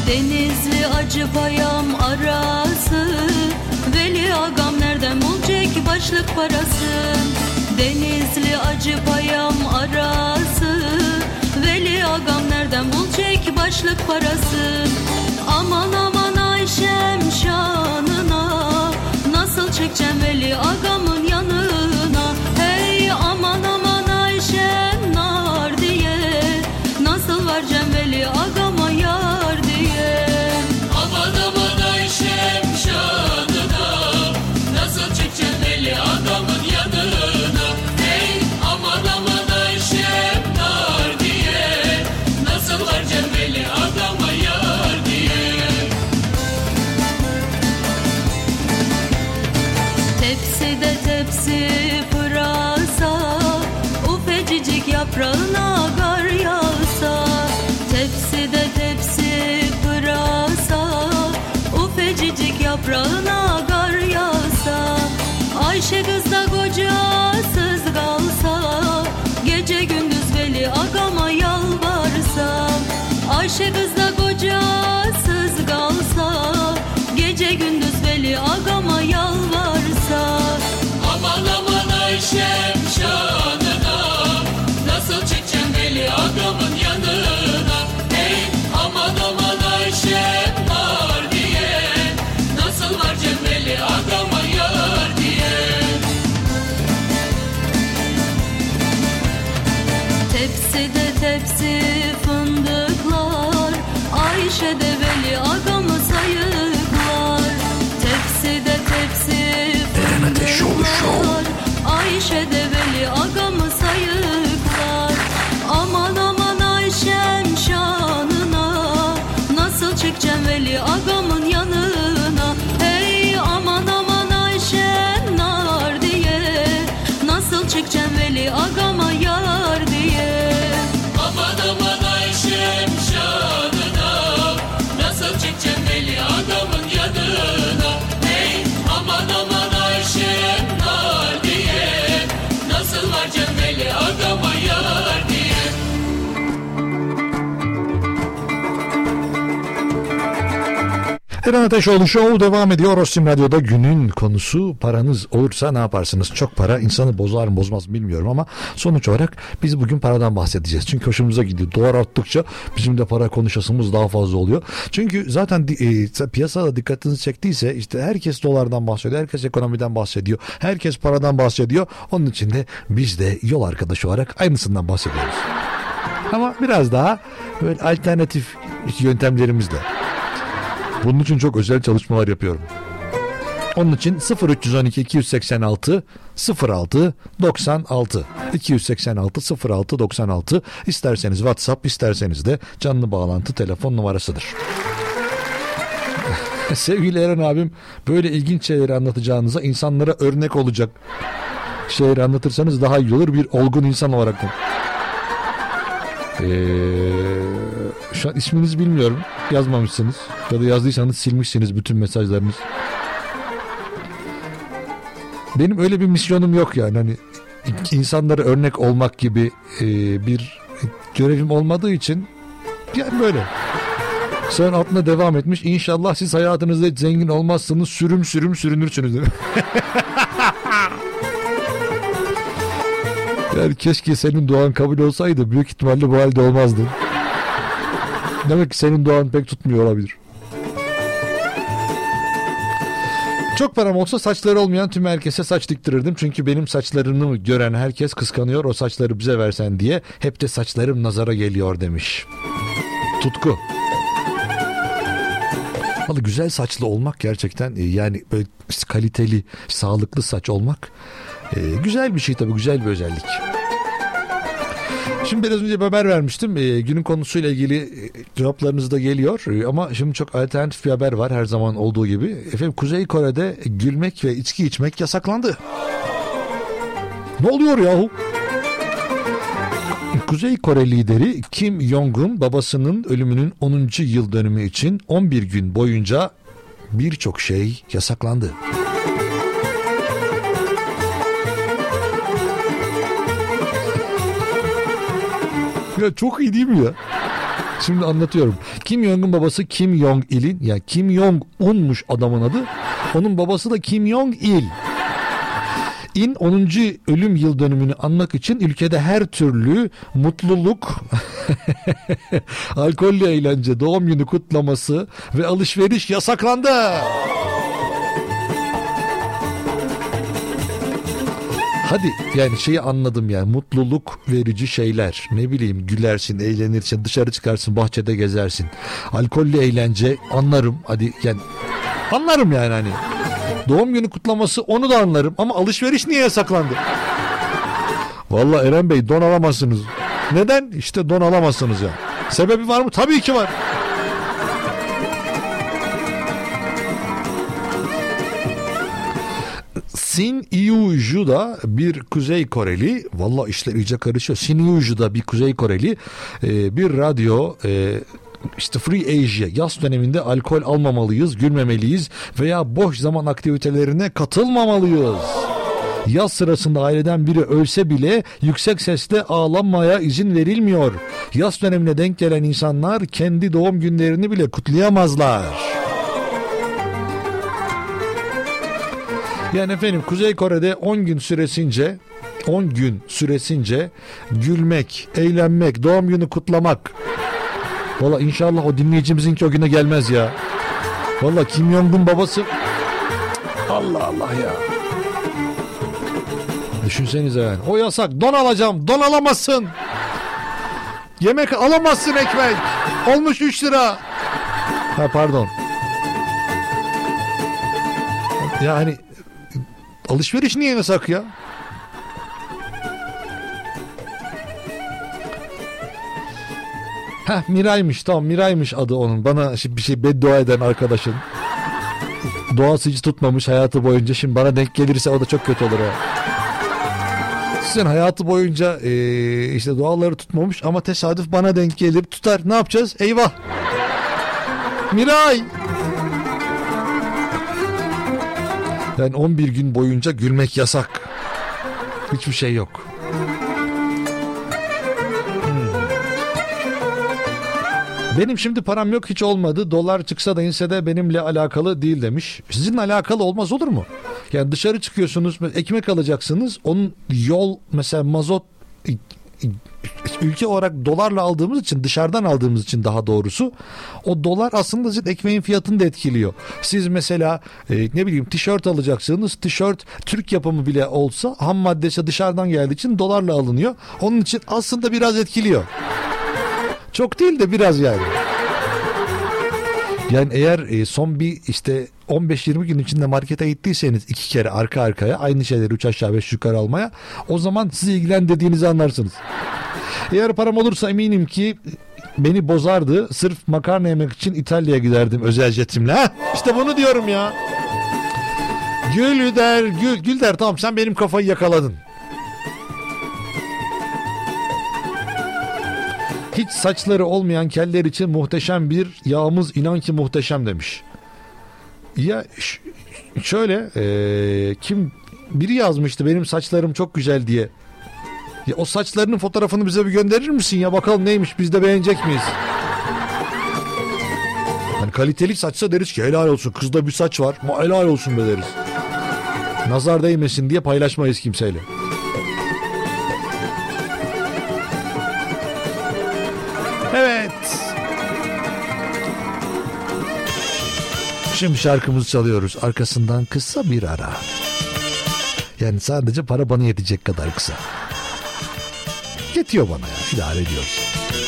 Denizli Acıpayam arası, Veli Agam nereden bulacak başlık parası? Denizli Acıpayam arası, Veli Agam nereden bulacak başlık parası? Aman aman Ayşem şanına, nasıl çekeceğim Veli Agam'ın yanına? Hey aman aman Ayşem nar diye, nasıl varacağım Veli Agam'a yar diye? Aman aman Ayşem şanına, nasıl çekeceğim Veli Agam'ın yanına? Hey aman aman Ayşem nar diye, nasıl varacağım Veli Agam'a yar diye? Tepside tepsi pırasa, ufecicik yaprağına gar yağsa. Tepside tepsi pırasa, ufecicik yaprağına gar yağsa. Ayşe kız da kocasız kalsa, gece gündüz Veli Agam'a yalvarsa. Ayşe kız da kocasız kalsa, gece gündüz Veli Agam'a yalvarsa. Aman aman Ayşem şanına, nasıl çekeceğim Veli Agam'ın yanına? Hey aman aman Ayşem nar diye, nasıl varacağım Veli Agam'a yar diye? Tepside tepsi fındıklar, Ayşe de Veli Agam'ı sayıklar. Tepside tepsi fındıklar, Ayşe de Veli Agam'ı sayıklar. Aman aman Ayşem şanına, nasıl çekeceğim Veli Agam'ın yanına? Hey aman aman Ayşem nar diye, nasıl çekeceğim Veli Agam'a yar diye? Aman aman Ayşem şanına, nasıl çekeceğim Veli Agam'ın yanına? Hey aman aman Ayşem nar diye, nasıl varacağım Veli Agam'a yar diye? Eren Ateşoğlu Show devam ediyor. Ostim Radyo'da günün konusu paranız olursa ne yaparsınız? Çok para insanı bozar mı bozmaz mı bilmiyorum ama sonuç olarak biz bugün paradan bahsedeceğiz. Çünkü hoşumuza gidiyor. Dolar arttıkça bizim de para konuşasımız daha fazla oluyor. Çünkü zaten e, piyasada dikkatinizi çektiyse işte herkes dolardan bahsediyor. Herkes ekonomiden bahsediyor. Herkes paradan bahsediyor. Onun için de biz de yol arkadaşı olarak aynısından bahsediyoruz. Ama biraz daha böyle alternatif yöntemlerimizle. Bunun için çok özel çalışmalar yapıyorum. Onun için sıfır üç on iki iki yüz seksen altı sıfır altı doksan altı iki yüz seksen altı sıfır altı doksan altı isterseniz WhatsApp, isterseniz de canlı bağlantı telefon numarasıdır. Sevgili Eren abim, böyle ilginç şeyleri anlatacağınıza insanlara örnek olacak şeyleri anlatırsanız daha iyi olur bir olgun insan olarak. Ee, şu an isminizi bilmiyorum, yazmamışsınız ya da yazdıysanız silmişsiniz bütün mesajlarınız. Benim öyle bir misyonum yok yani, hani insanlara örnek olmak gibi e, bir görevim olmadığı için yani böyle. Sonra altına devam etmiş. İnşallah siz hayatınızda hiç zengin olmazsanız sürüm sürüm sürünürsünüz. Yani keşke senin duan kabul olsaydı, büyük ihtimalle bu halde olmazdı. Demek ki senin duan pek tutmuyor olabilir. Çok param olsa saçları olmayan tüm herkese saç diktirirdim. Çünkü benim saçlarını gören herkes kıskanıyor. O saçları bize versen diye. Hep de saçlarım nazara geliyor demiş. Tutku. Vallahi güzel saçlı olmak gerçekten yani böyle kaliteli, sağlıklı saç olmak e, güzel bir şey tabii, güzel bir özellik. Şimdi biraz önce bir haber vermiştim. E, günün konusuyla ilgili e, cevaplarınız da geliyor. E, ama şimdi çok alternatif bir haber var her zaman olduğu gibi. Efendim, Kuzey Kore'de gülmek ve içki içmek yasaklandı. Ne oluyor yahu? Kuzey Kore lideri Kim Jong-un babasının ölümünün onuncu yıl dönümü için on bir gün boyunca birçok şey yasaklandı. Ya çok iyi değil mi ya? Şimdi anlatıyorum. Kim Jong'un babası Kim Jong-il'in, ya yani Kim Jong-un'muş adamın adı. Onun babası da Kim Jong-il. İn onuncu ölüm yıl dönümünü anmak için ülkede her türlü mutluluk, alkollü eğlence, doğum günü kutlaması ve alışveriş yasaklandı. Hadi yani şeyi anladım yani, mutluluk verici şeyler, ne bileyim, gülersin, eğlenirsin, dışarı çıkarsın, bahçede gezersin. Alkollü eğlence anlarım, hadi yani anlarım yani hani. Doğum günü kutlaması onu da anlarım ama alışveriş niye yasaklandı? Vallahi Eren Bey, don alamazsınız. Neden? İşte don alamazsınız ya. Sebebi var mı? Tabii ki var. Shin Yu-ju da bir Kuzey Koreli, valla işler iyice karışıyor. Shin Yu-ju da bir Kuzey Koreli e, bir radyo e, işte Free Asia, yaz döneminde alkol almamalıyız, gülmemeliyiz veya boş zaman aktivitelerine katılmamalıyız. Yaz sırasında aileden biri ölse bile yüksek sesle ağlanmaya izin verilmiyor. Yaz dönemine denk gelen insanlar kendi doğum günlerini bile kutlayamazlar. Yani efendim Kuzey Kore'de on gün süresince on gün süresince gülmek, eğlenmek, doğum günü kutlamak. Valla inşallah o dinleyicimizinki o güne gelmez ya. Valla Kim Jong-un babası. Allah Allah ya. Düşünsenize yani. O yasak. Don alacağım. Don alamazsın. Yemek alamazsın, ekmek. Olmuş üç lira. Ha pardon. Yani alışveriş niye yasak ya? Heh, Miray'mış, tamam, Miray'mış adı onun. Bana şimdi bir şey beddua eden arkadaşın. Doğası hiç tutmamış hayatı boyunca, şimdi bana denk gelirse o da çok kötü olur ya. Sizin hayatı boyunca ee, işte duaları tutmamış ama tesadüf bana denk gelir, tutar. Ne yapacağız? Eyvah. Miray. Yani on bir gün boyunca gülmek yasak. Hiçbir şey yok. Benim şimdi param yok, hiç olmadı. Dolar çıksa da inse de benimle alakalı değil demiş. Sizinle alakalı olmaz olur mu? Yani dışarı çıkıyorsunuz, ekmek alacaksınız. Onun yol mesela mazot, ülke olarak dolarla aldığımız için, dışarıdan aldığımız için daha doğrusu, o dolar aslında sizin ekmeğin fiyatını da etkiliyor. Siz mesela e, ne bileyim tişört alacaksınız. Tişört Türk yapımı bile olsa ham maddesi dışarıdan geldiği için dolarla alınıyor. Onun için aslında biraz etkiliyor. Çok değil de biraz yani. Yani eğer e, son bir işte on beş yirmi gün içinde markete gittiyseniz iki kere arka arkaya aynı şeyleri üç aşağı beş yukarı almaya, o zaman sizi ilgilendirdiğinizi anlarsınız. Eğer param olursa eminim ki beni bozardı. Sırf makarna yemek için İtalya'ya giderdim özel jetimle. Heh, işte bunu diyorum ya. Gül der, gül, gül der, tamam sen benim kafayı yakaladın. Hiç saçları olmayan keller için muhteşem bir yağımız, inan ki muhteşem demiş. Ya ş- şöyle ee, kim biri yazmıştı benim saçlarım çok güzel diye. Ya o saçlarının fotoğrafını bize bir gönderir misin ya, bakalım neymiş, biz de beğenecek miyiz? Yani kaliteli saçsa deriz ki helal olsun, kızda bir saç var, helal olsun be deriz. Nazar değmesin diye paylaşmayız kimseyle. Evet. Şimdi şarkımızı çalıyoruz. Arkasından kısa bir ara. Yani sadece para bana yetecek kadar kısa. Yetiyor bana ya. İdare ediyoruz.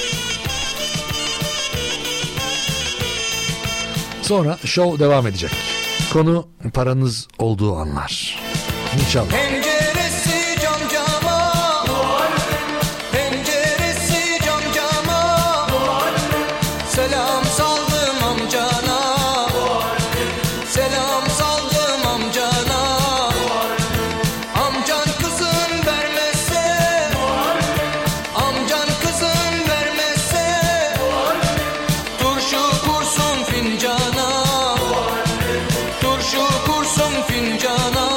Sonra show devam edecek. Konu paranız olduğu anlar. İnşallah. Penceresi cam cama, penceresi cam cama, selam saldım amcana, selam saldım amcana. Amcan kızın vermezse, amcan kızın vermezse, turşu kursun fincana, turşu kursun fincana.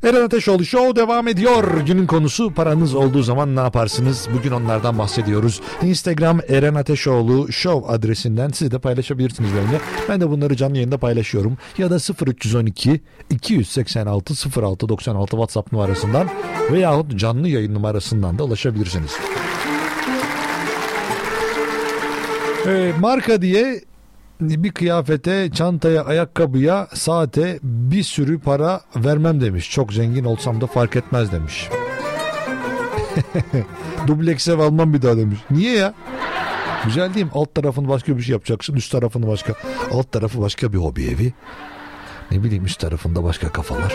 Eren Ateşoğlu Show devam ediyor. Günün konusu paranız olduğu zaman ne yaparsınız? Bugün onlardan bahsediyoruz. Instagram Eren Ateşoğlu Show adresinden siz de paylaşabilirsiniz benimle. Ben de bunları canlı yayında paylaşıyorum. Ya da sıfır üç on iki iki seksen altı sıfır altı doksan altı WhatsApp numarasından veyahut canlı yayın numarasından da ulaşabilirsiniz. Ee, marka diye bir kıyafete, çantaya, ayakkabıya, saate bir sürü para vermem demiş. Çok zengin olsam da fark etmez demiş. Dubleks ev almam bir daha demiş. Niye ya? Güzel değil mi? Alt tarafını başka bir şey yapacaksın. Üst tarafını başka. Alt tarafı başka bir hobi evi. Ne bileyim üst tarafında başka kafalar.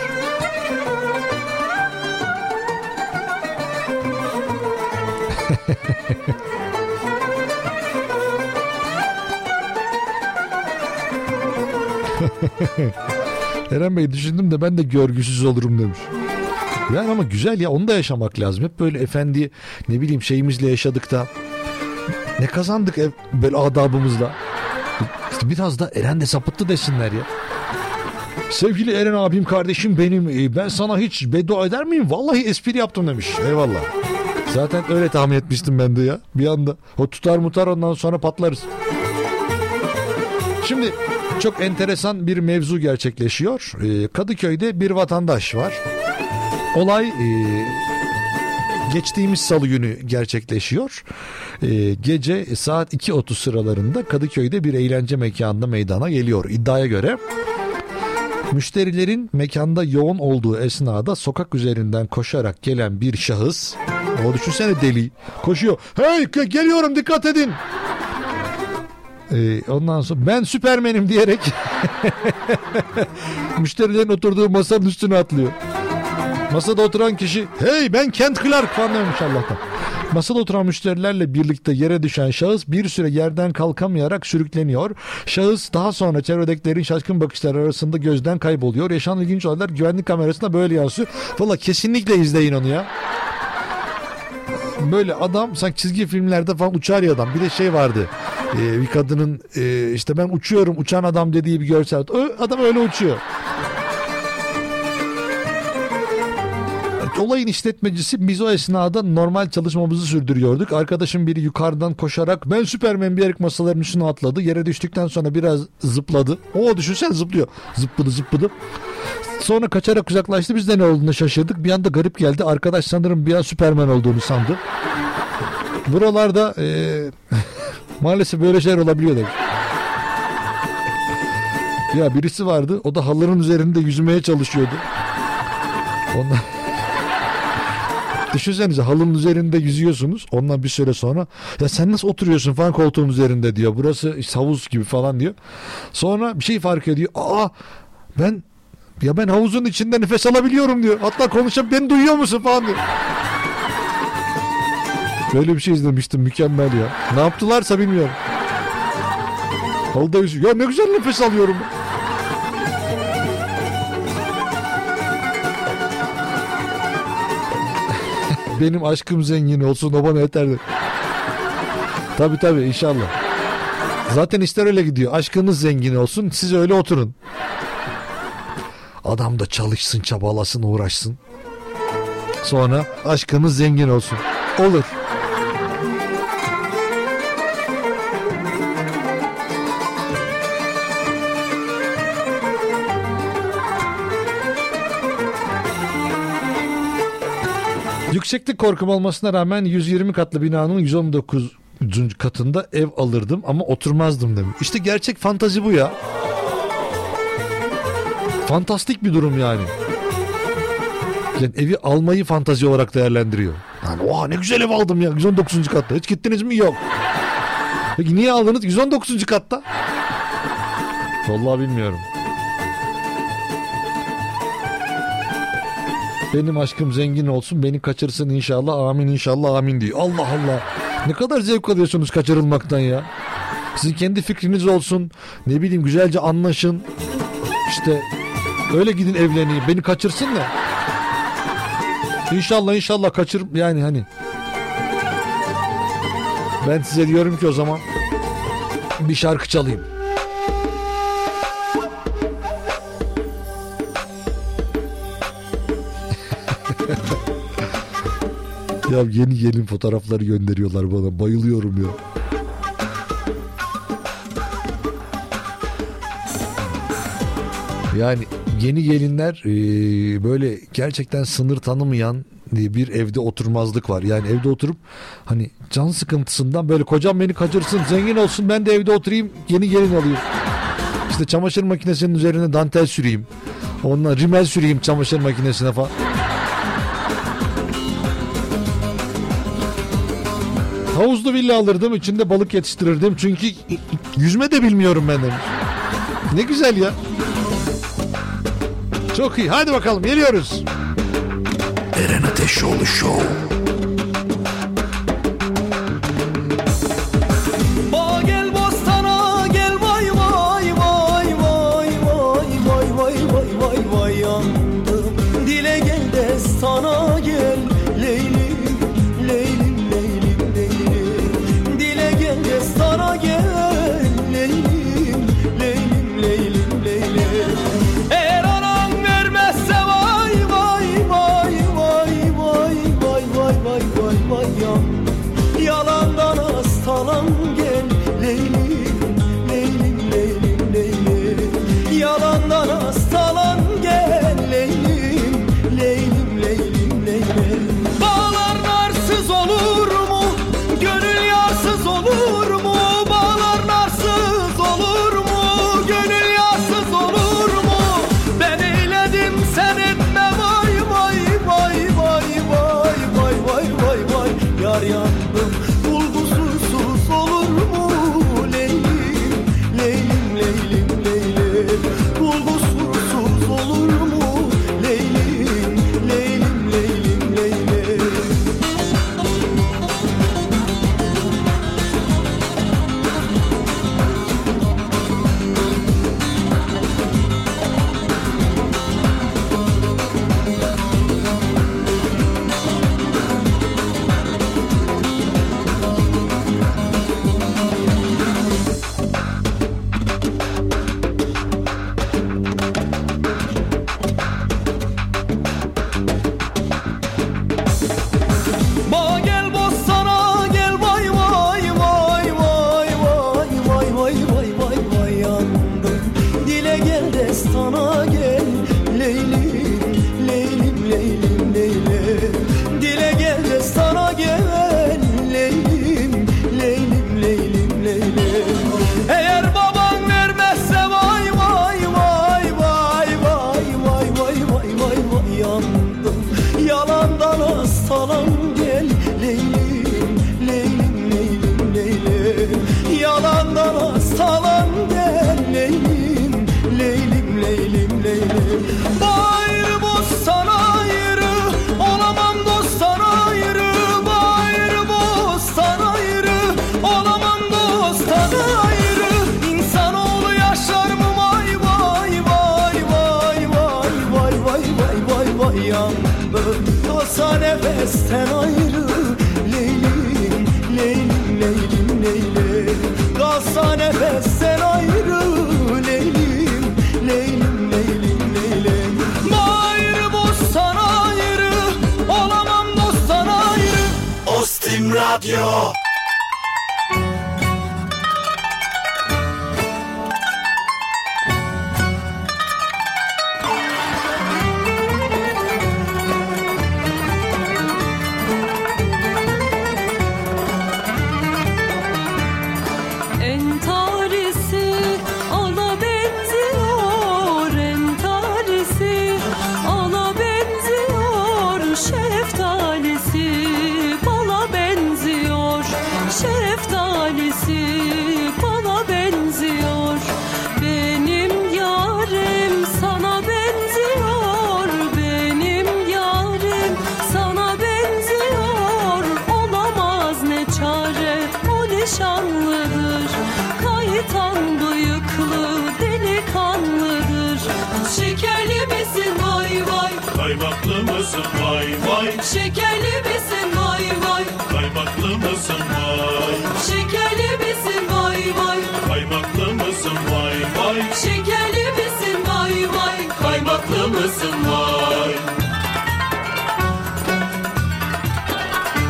Eren Bey düşündüm de ben de görgüsüz olurum demiş. Yani ama güzel ya, onu da yaşamak lazım. Hep böyle efendi ne bileyim şeyimizle yaşadık da ne kazandık ev, böyle adabımızla. İşte biraz da Eren de sapıttı desinler ya. Sevgili Eren abim, kardeşim benim, ben sana hiç beddua eder miyim? Vallahi espri yaptım demiş. Eyvallah. Zaten öyle tahmin etmiştim ben de ya. Bir anda o tutar mutar, ondan sonra patlarız. Şimdi çok enteresan bir mevzu gerçekleşiyor. Kadıköy'de bir vatandaş var. Olay geçtiğimiz salı günü gerçekleşiyor. Gece saat iki otuz sıralarında Kadıköy'de bir eğlence mekanında meydana geliyor. İddiaya göre müşterilerin mekanda yoğun olduğu esnada sokak üzerinden koşarak gelen bir şahıs, o düşünsene deli, koşuyor. Hey geliyorum, dikkat edin. Ee, ondan sonra ben Süpermen'im diyerek müşterilerin oturduğu masanın üstüne atlıyor. Masada oturan kişi hey ben Kent Clark falan demiş Allah'tan. Masada oturan müşterilerle birlikte yere düşen şahıs bir süre yerden kalkamayarak sürükleniyor. Şahıs daha sonra çevredekilerin şaşkın bakışları arasında gözden kayboluyor. Yaşanan ilginç olaylar güvenlik kamerasına böyle yansıyor. Valla kesinlikle izleyin onu ya. Böyle adam sanki çizgi filmlerde falan uçar ya adam. Bir de şey vardı. Ee, bir kadının e, işte ben uçuyorum uçan adam dediği bir görsel. O, adam öyle uçuyor. Olayın işletmecisi, biz o esnada normal çalışmamızı sürdürüyorduk. Arkadaşım biri yukarıdan koşarak ben Süpermen diyerek masaların üstüne atladı. Yere düştükten sonra biraz zıpladı. O düşünsen zıplıyor. Zıpladı zıpladı. Sonra kaçarak uzaklaştı. Biz de ne olduğunu şaşırdık. Bir anda garip geldi. Arkadaş sanırım bir an Süpermen olduğunu sandı. Buralarda ee, maalesef böyle şeyler olabiliyor demiş. Ya birisi vardı. O da halının üzerinde yüzmeye çalışıyordu. Ondan... Düşünsenize halının üzerinde yüzüyorsunuz. Ondan bir süre sonra ya sen nasıl oturuyorsun falan koltuğun üzerinde diyor. Burası havuz gibi falan diyor. Sonra bir şey fark ediyor. Aa ben ya ben havuzun içinde nefes alabiliyorum diyor. Hatta konuşup beni duyuyor musun falan diyor. Böyle bir şey izlemiştim, mükemmel ya. Ne yaptılarsa bilmiyorum. Halıda yüzüyor. Ya ne güzel nefes alıyorum. Benim aşkım zengin olsun, o bana yeterli. Tabii tabii inşallah. Zaten ister öyle gidiyor. Aşkınız zengin olsun, siz öyle oturun. Adam da çalışsın, çabalasın, uğraşsın. Sonra aşkınız zengin olsun. Olur. Yükseklik korkum olmasına rağmen yüz yirmi katlı binanın yüz on dokuzuncu katında ev alırdım ama oturmazdım demiş. İşte gerçek fantazi bu ya. Fantastik bir durum yani. Yani evi almayı fantazi olarak değerlendiriyor. Yani oha ne güzel ev aldım ya yüz on dokuzuncu katta. Hiç gittiniz mi? Yok. Peki niye aldınız yüz on dokuzuncu katta? Vallahi bilmiyorum. Benim aşkım zengin olsun, beni kaçırsın inşallah, amin inşallah, amin diyor. Allah Allah. Ne kadar zevk alıyorsunuz kaçırılmaktan ya. Sizin kendi fikriniz olsun. Ne bileyim güzelce anlaşın. İşte öyle gidin evleneyim. Beni kaçırsın da. İnşallah inşallah kaçır yani hani. Ben size diyorum ki o zaman bir şarkı çalayım. Ya yeni gelin fotoğrafları gönderiyorlar bana. Bayılıyorum ya. Yani yeni gelinler e, böyle gerçekten sınır tanımayan bir evde oturmazlık var. Yani evde oturup hani can sıkıntısından böyle kocam beni kaçırsın, zengin olsun, ben de evde oturayım, yeni gelin alayım. İşte çamaşır makinesinin üzerine dantel süreyim. Onunla rimel süreyim çamaşır makinesine falan. Havuzlu villa alırdım, içinde balık yetiştirirdim. Çünkü yüzme de bilmiyorum ben demiş. Ne güzel ya. Çok iyi. Hadi bakalım geliyoruz. Eren Ateşoğlu Show. Ba gel bostana gel vay vay vay vay vay vay vay vay vay vay yandım. Dile gel destana gel Leylim Leylim Leylim Leylim. Dile gel destana gel Leylim Leylim Leylim Leylim. Eğer anan vermezse vay vay vay vay vay vay vay vay vay vay yandım. Yalandan hastalan gel Leylim Leylim Leylim Leylim. Yalandan hastalan gel Leylim Leylim Leylim Leylim. Bağlar narsız olur mu? Gönül yarsız olur mu? Bağlar narsız olur mu? Gönül yarsız olur mu? Ben eyledim sen etme vay vay vay vay vay vay vay vay vay. Yar yandım bulgusuz olur mu? Leylim Leylim Leylim Leylim. Bulgusuz olur mu? Leylim Leylim Leylim Leylim. Ba gel bostana gel vay vay vay vay vay vay vay vay vay vay yandım. Dile gel destana gel Leylim Leylim Leylim Leylim. Dile gel destana gel Leylim Leylim Leylim Leylim. Eğer baban vermezse vay vay vay vay vay vay vay vay vay vay yandım. Yalandan hastalan gel Leylim Leylim Leylim Leylim. Yalandan hastalan gel Leylim Leylim Leylim Leylim. Bağır bostan ayrı olamam dosttan ayrı. Bağır bostan ayrı olamam dosttan ayrı. İnsanoğlu yaşar mı vay vay vay vay vay vay vay vay vay vay yandım. Dosa nefesten ayrı Leylim Leylim Leylim Leylim. Dosa nefesten ayrı Leylim Leylim Leylim Leylim. Bağır bostan ayrı olamam dosttan ayrı. Ostim Radyo. Entarisi ala benziyor, entarisi ala benziyor, şeftalisi bala benziyor, şeftalisi bala benziyor. Benim yarim sana benziyor, benim yarim sana benziyor. Olamaz ne çare o nişanlıdır, kaytan bıyıklı delikanlıdır. Şekerli misin vay vay, Kaymaklı mısın vay vay? şekerli misin vay vay, Kaymaklı mısın vay? şekerli misin vay vay, Kaymaklı mısın vay vay? şekerli misin vay vay, Kaymaklı mısın vay?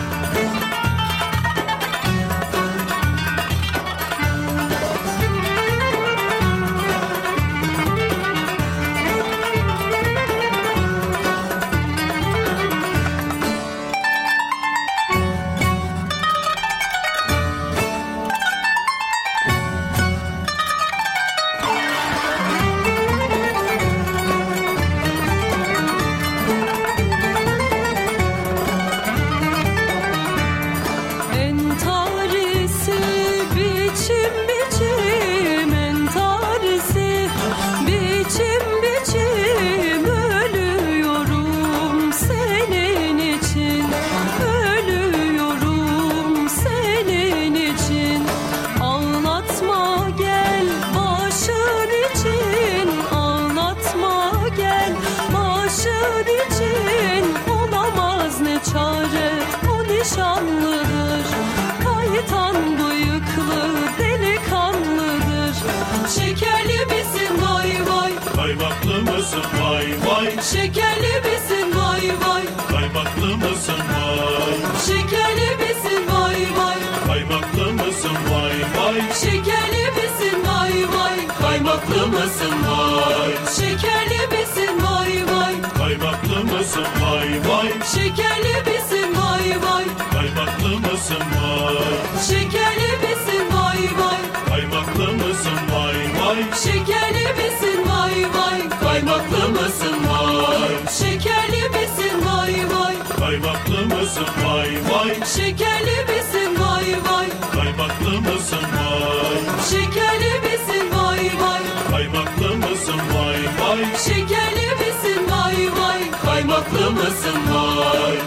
aşığın için olamaz ne çare, o nişanlıdır. Kaytan bıyıklı delikanlıdır. Şekerli misin vay vay, Kaymaklı mısın vay vay, şekerli misin vay vay, kaymaklı mısın vay, şekerli misin vay vay, kaymaklı mısın vay vay, şekerli misin vay vay, kaymaklı mısın vay, şekerli misin vay vay, kaymaklı mısın vay vay, şekerli misin vay vay, kaymaklı mısın vay, şekerli misin vay vay, kaymaklı mısın vay vay, şekerli misin vay vay, kaymaklı mısın vay, şekerli misin vay vay, kaymaklı mısın vay vay, şekerli misin vay vay, kaymaklı mısın vay, şekerli misin vay vay, kaymaklı mısın vay vay, şekerli misin vay vay, kaymaklı mısın vay.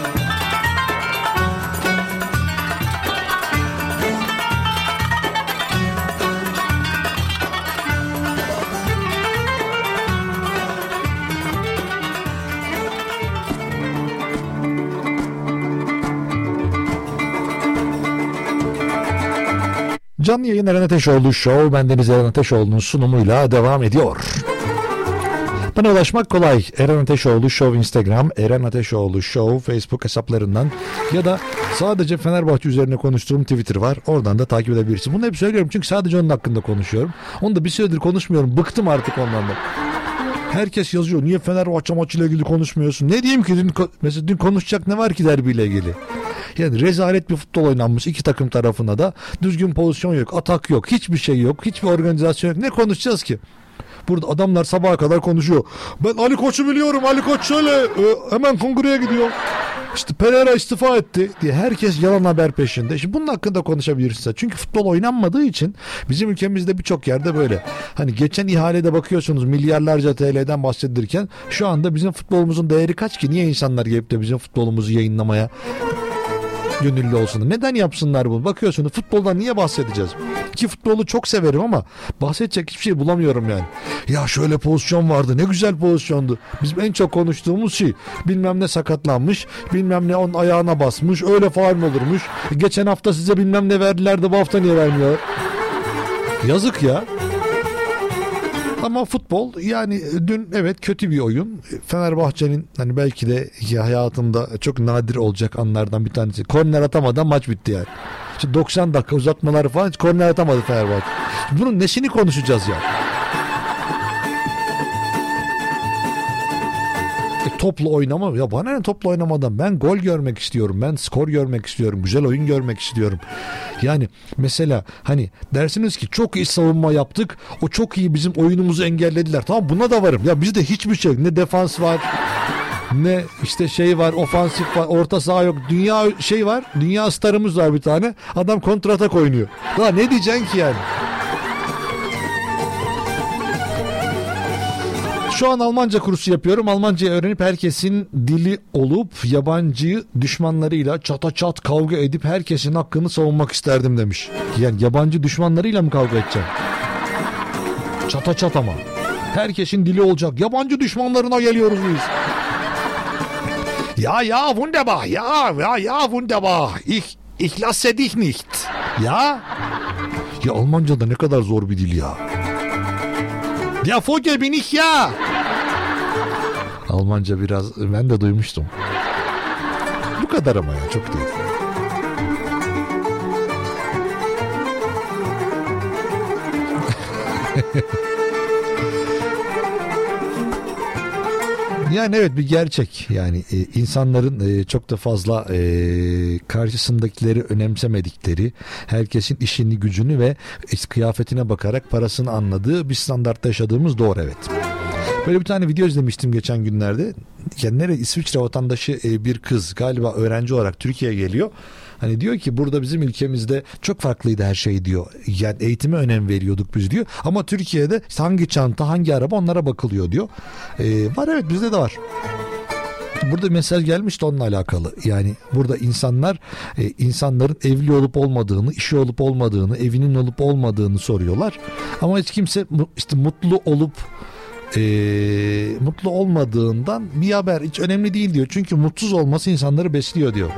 Canlı yayın Eren Ateşoğlu Show, bendeniz Eren Ateşoğlu'nun sunumuyla devam ediyor. Bana ulaşmak kolay. Eren Ateşoğlu Show Instagram, Eren Ateşoğlu Show Facebook hesaplarından ya da sadece Fenerbahçe üzerine konuştuğum Twitter var. Oradan da takip edebilirsin. Bunu hep söylüyorum çünkü sadece onun hakkında konuşuyorum. Onu da bir süredir konuşmuyorum. Bıktım artık ondan da. Herkes yazıyor. Niye Fenerbahçe maçıyla ilgili konuşmuyorsun? Ne diyeyim ki? Dün, mesela dün konuşacak ne var ki derbiyle ilgili? Yani rezalet bir futbol oynanmış iki takım tarafına da. Düzgün pozisyon yok, atak yok, hiçbir şey yok, hiçbir organizasyon yok. Ne konuşacağız ki? Burada adamlar sabaha kadar konuşuyor. Ben Ali Koç'u biliyorum. Ali Koç şöyle e, hemen kongreye gidiyor. İşte Pereira istifa etti diye herkes yalan haber peşinde. Şimdi bunun hakkında konuşabiliriz. Çünkü futbol oynanmadığı için bizim ülkemizde birçok yerde böyle. Hani geçen ihalede bakıyorsunuz milyarlarca T L'den bahsedilirken şu anda bizim futbolumuzun değeri kaç ki? Niye insanlar gelip de bizim futbolumuzu yayınlamaya gönüllü olsun? Neden yapsınlar bunu? Bakıyorsunuz futboldan niye bahsedeceğiz? Ki futbolu çok severim ama bahsedecek hiçbir şey bulamıyorum yani. Ya şöyle pozisyon vardı, ne güzel pozisyondu. Bizim en çok konuştuğumuz şey bilmem ne sakatlanmış, bilmem ne onun ayağına basmış, öyle faul mü olurmuş. Geçen hafta size bilmem ne verdiler de bu hafta niye vermiyor? Yazık ya. Ama futbol yani dün evet kötü bir oyun. Fenerbahçe'nin hani belki de hayatında çok nadir olacak anlardan bir tanesi. Korner atamadan maç bitti yani. İşte doksan dakika uzatmaları falan hiç korner atamadı Fenerbahçe. Bunun nesini konuşacağız ya? E, toplu oynama ya bana ne toplu oynamadan, ben gol görmek istiyorum, ben skor görmek istiyorum, güzel oyun görmek istiyorum. Yani mesela hani dersiniz ki çok iyi savunma yaptık, o çok iyi bizim oyunumuzu engellediler, tamam buna da varım ya, bizde hiçbir şey ne defans var ne işte şey var, ofansif var, orta saha yok, dünya şey var, dünya starımız var bir tane, adam kontratak oynuyor, daha ne diyeceksin ki yani? Şu an Almanca kursu yapıyorum. Almancayı öğrenip herkesin dili olup yabancı düşmanlarıyla çata çat kavga edip herkesin hakkını savunmak isterdim demiş. Yani yabancı düşmanlarıyla mı kavga edeceğim? Çata çat ama. Herkesin dili olacak. Yabancı düşmanlarına geliyoruz biz. Ya ya wunderbar. Ya ya ya wunderbar. Ich, ich lasse dich nicht. Ya. Ya Almanca da ne kadar zor bir dil ya. Ya Vogel bin ich ya. Almanca biraz ben de duymuştum. Bu kadar ama ya, çok değil. Yani evet bir gerçek yani e, insanların e, çok da fazla e, karşısındakileri önemsemedikleri, herkesin işini gücünü ve kıyafetine bakarak parasını anladığı bir standartta yaşadığımız doğru, evet. Böyle bir tane video izlemiştim geçen günlerde. Yani nereye, İsviçre vatandaşı e, bir kız galiba öğrenci olarak Türkiye'ye geliyor. Hani diyor ki burada bizim ülkemizde çok farklıydı her şey diyor. Yani eğitime önem veriyorduk biz diyor. Ama Türkiye'de hangi çanta, hangi araba onlara bakılıyor diyor. Ee, var evet, bizde de var. Burada mesaj gelmiş de onunla alakalı. Yani burada insanlar e, insanların evli olup olmadığını, işi olup olmadığını, evinin olup olmadığını soruyorlar. Ama hiç kimse işte mutlu olup e, mutlu olmadığından bir haber hiç önemli değil diyor. Çünkü mutsuz olması insanları besliyor diyor.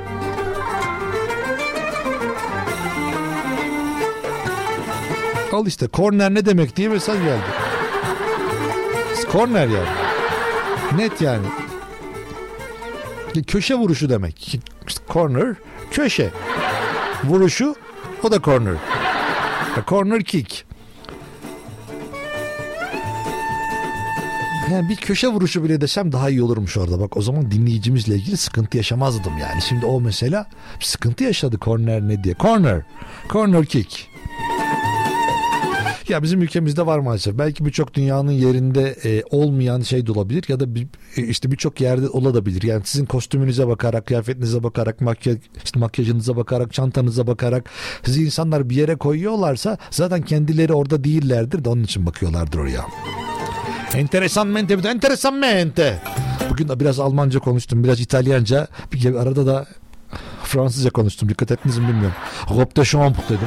Al işte korner ne demek diye mesaj geldi. Korner yani. Net yani. Köşe vuruşu demek. Corner, köşe. Vuruşu, o da corner. Corner kick. Yani bir köşe vuruşu bile desem daha iyi olurmuş orada. Bak o zaman dinleyicimizle ilgili sıkıntı yaşamazdım yani. Şimdi o mesela sıkıntı yaşadı corner ne diye. Corner, corner kick. Ya bizim ülkemizde var maalesef. Belki birçok dünyanın yerinde e, olmayan şey de olabilir ya da bir, e, işte birçok yerde olabilir. Yani sizin kostümünüze bakarak, kıyafetinize bakarak, makyaj, işte makyajınıza bakarak, çantanıza bakarak sizi insanlar bir yere koyuyorlarsa zaten kendileri orada değillerdir de onun için bakıyorlardır oraya. Enteresanmente bir de enteresanmente. Bugün de biraz Almanca konuştum, biraz İtalyanca, bir arada da Fransızca konuştum. Dikkat ettiniz mi bilmiyorum. Robe de chambre dedim.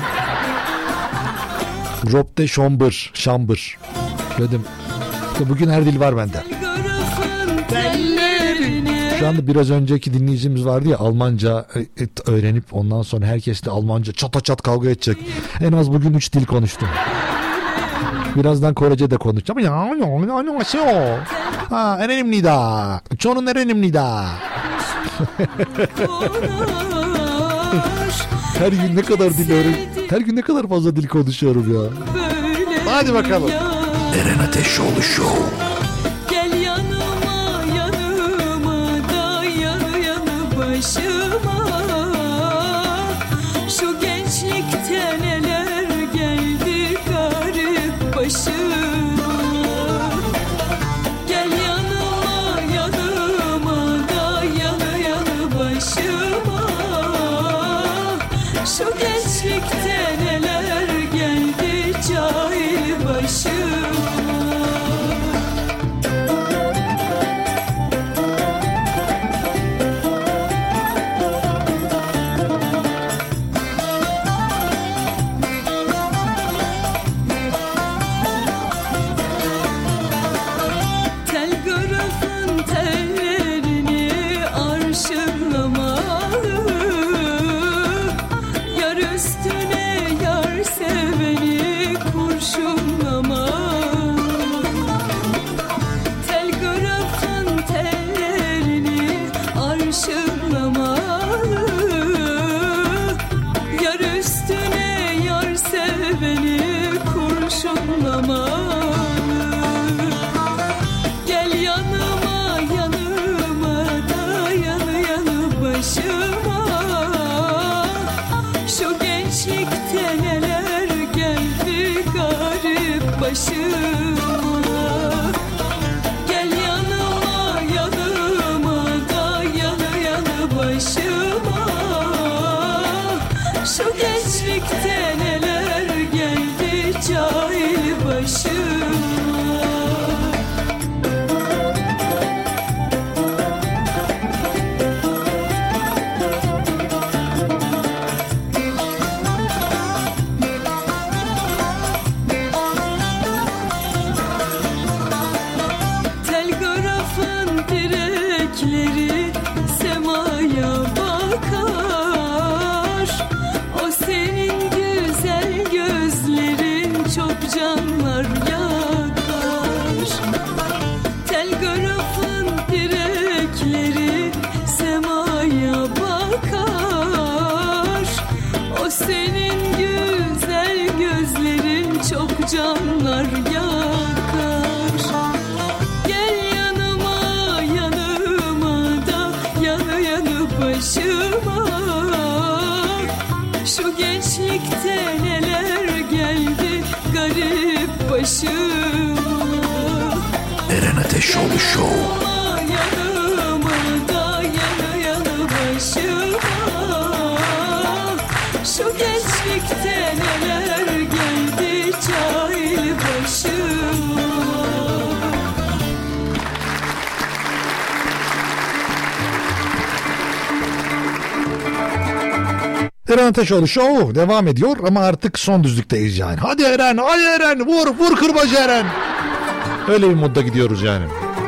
Robe de chambre, chambre dedim. İşte bugün her dil var bende. Şu anda biraz önceki dinleyicimiz vardı ya, Almanca öğrenip ondan sonra herkesle Almanca çata çat kavga edecek. En az bugün üç dil konuştum. Birazdan Korece de konuşacağım. Ya ya ya nasıl o? Ha, önemliydi. Çoğunun önemliydi. Her gün ne kadar dil öğren, her gün ne kadar fazla dil konuşuyorum ya. Hadi bakalım. Eren Ateşoğlu Show. Gel yanıma yanıma da yanı yanı başıma. Şu gençlikte neler geldi garip başıma. Gel yanıma yanıma da yanı yanı başıma. Şu gençlikte neler geldi cahil başıma. Telgrafın tellerini arşınlamalı. Yar üstüne yar seveni kurşunlamalı. Telgrafın tellerini arşınlamalı. Yar üstüne yar seveni kurşunlamalı. Gel yanıma yanıma da yanı yanı başıma. Şu gençlikte neler geldi garip başıma. Gel yanıma yanıma da yanı yanı başıma. Şu gençlikte neler geldi cahil başıma. Telgrafın direkleri semaya bakar. O senin güzel gözlerin çok canlar yakar. Telgrafın direkleri semaya bakar. O senin güzel gözlerin çok canlar yakar. Gel yanıma yanıma da yanı yanı başıma. Şu gençlikte neler geldi garip başıma. Eren Ateşoğlu Show. Yanıma da yanı yanı başıma. Şu gençlikte neler geldi cahil başıma. Eren Ateşoğlu Show devam ediyor ama artık son düzlükteyiz yani. Hadi Eren, hadi Eren, vur, vur kırbacı Eren. Öyle bir modda gidiyoruz yani.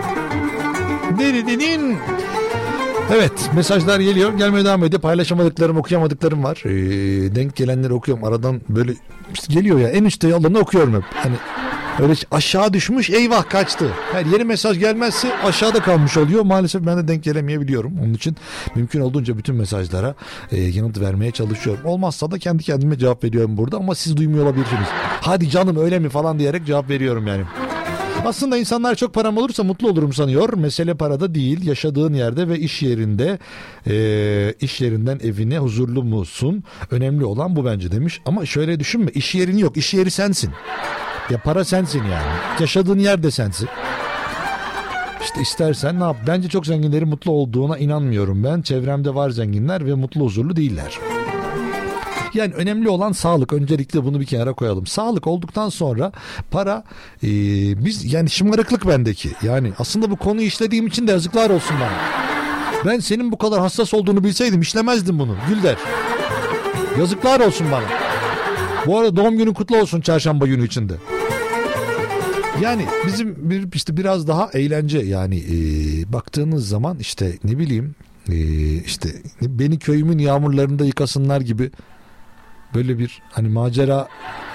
Dedin. Evet, mesajlar geliyor. Gelmeye devam ediyor. Paylaşamadıklarım, okuyamadıklarım var. Ee, denk gelenleri okuyorum. Aradan böyle işte geliyor ya. En üstte olanı okuyorum hep. Hani öyle aşağı düşmüş, eyvah kaçtı. Her yeni mesaj gelmezse aşağıda kalmış oluyor. Maalesef ben de denk gelemeyebiliyorum. Onun için mümkün olduğunca bütün mesajlara e, yanıt vermeye çalışıyorum. Olmazsa da kendi kendime cevap veriyorum burada. Ama siz duymuyor olabilirsiniz. Hadi canım öyle mi falan diyerek cevap veriyorum yani. Aslında insanlar çok param olursa mutlu olurum sanıyor. Mesele parada değil, yaşadığın yerde ve iş yerinde, e, iş yerinden evine huzurlu musun? Önemli olan bu bence demiş. Ama şöyle düşünme, iş yerin yok, iş yeri sensin. Ya para sensin yani. Yaşadığın yer de sensin. İşte istersen ne yap? Bence çok zenginlerin mutlu olduğuna inanmıyorum ben. Çevremde var zenginler ve mutlu huzurlu değiller. Yani önemli olan sağlık. Öncelikle bunu bir kenara koyalım. Sağlık olduktan sonra para e, biz yani şımarıklık bendeki. Yani aslında bu konuyu işlediğim için de yazıklar olsun bana. Ben senin bu kadar hassas olduğunu bilseydim işlemezdim bunu. Gülder. Yazıklar olsun bana. Bu arada doğum günün kutlu olsun çarşamba günü içinde. Yani bizim bir, işte biraz daha eğlence yani e, baktığınız zaman işte ne bileyim e, işte beni köyümün yağmurlarında yıkasınlar gibi böyle bir hani macera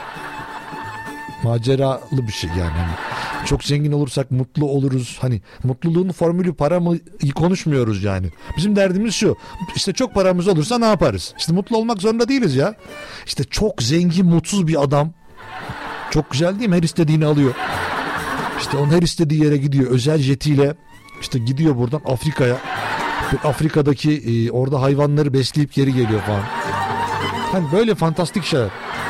maceralı bir şey yani. Hani çok zengin olursak mutlu oluruz. Hani mutluluğun formülü para mı konuşmuyoruz yani. Bizim derdimiz şu. İşte çok paramız olursa ne yaparız? İşte mutlu olmak zorunda değiliz ya. İşte çok zengin, mutsuz bir adam. Çok güzel değil mi? Her istediğini alıyor. İşte onun her istediği yere gidiyor. Özel jetiyle işte gidiyor buradan Afrika'ya. Afrika'daki e, orada hayvanları besleyip geri geliyor falan. Hani böyle fantastik şeyler.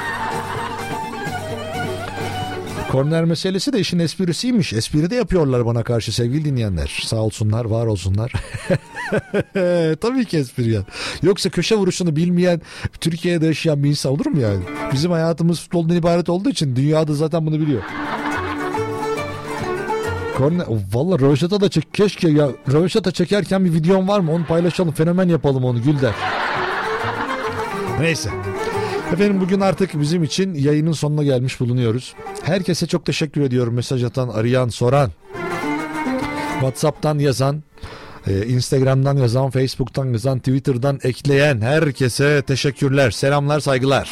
Korner meselesi de işin esprisiymiş. Espri de yapıyorlar bana karşı sevgili dinleyenler. Sağ olsunlar, var olsunlar. Tabii ki espri ya. Yoksa köşe vuruşunu bilmeyen, Türkiye'de yaşayan bir insan olur mu yani? Bizim hayatımız futboldan ibaret olduğu için dünyada zaten bunu biliyor. Korner, valla röveşata da çek, keşke ya. Röveşata çekerken bir videom var mı? Onu paylaşalım, fenomen yapalım onu Gülder. Neyse. Efendim bugün artık bizim için yayının sonuna gelmiş bulunuyoruz. Herkese çok teşekkür ediyorum. Mesaj atan, arayan, soran, WhatsApp'tan yazan, Instagram'dan yazan, Facebook'tan yazan, Twitter'dan ekleyen herkese teşekkürler. Selamlar, saygılar.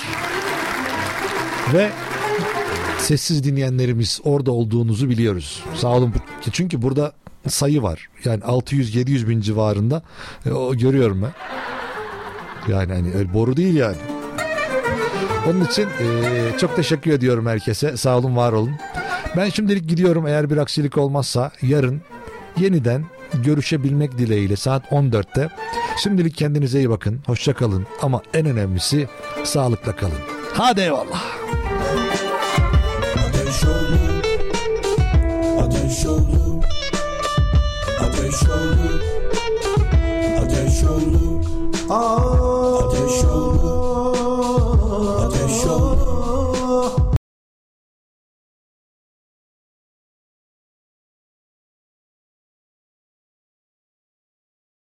Ve sessiz dinleyenlerimiz orada olduğunuzu biliyoruz. Sağ olun. Çünkü burada sayı var. Yani altı yüz yedi yüz bin civarında. E, o görüyorum ben. Yani hani öyle boru değil yani. Onun için e, çok teşekkür ediyorum herkese. Sağ olun, var olun. Ben şimdilik gidiyorum. Eğer bir aksilik olmazsa yarın yeniden görüşebilmek dileğiyle saat on dörtte. Şimdilik kendinize iyi bakın. Hoşça kalın. Ama en önemlisi sağlıkla kalın. Hadi eyvallah. Ateş olur, ateş olur, ateş olur, ateş olur, ateş olur.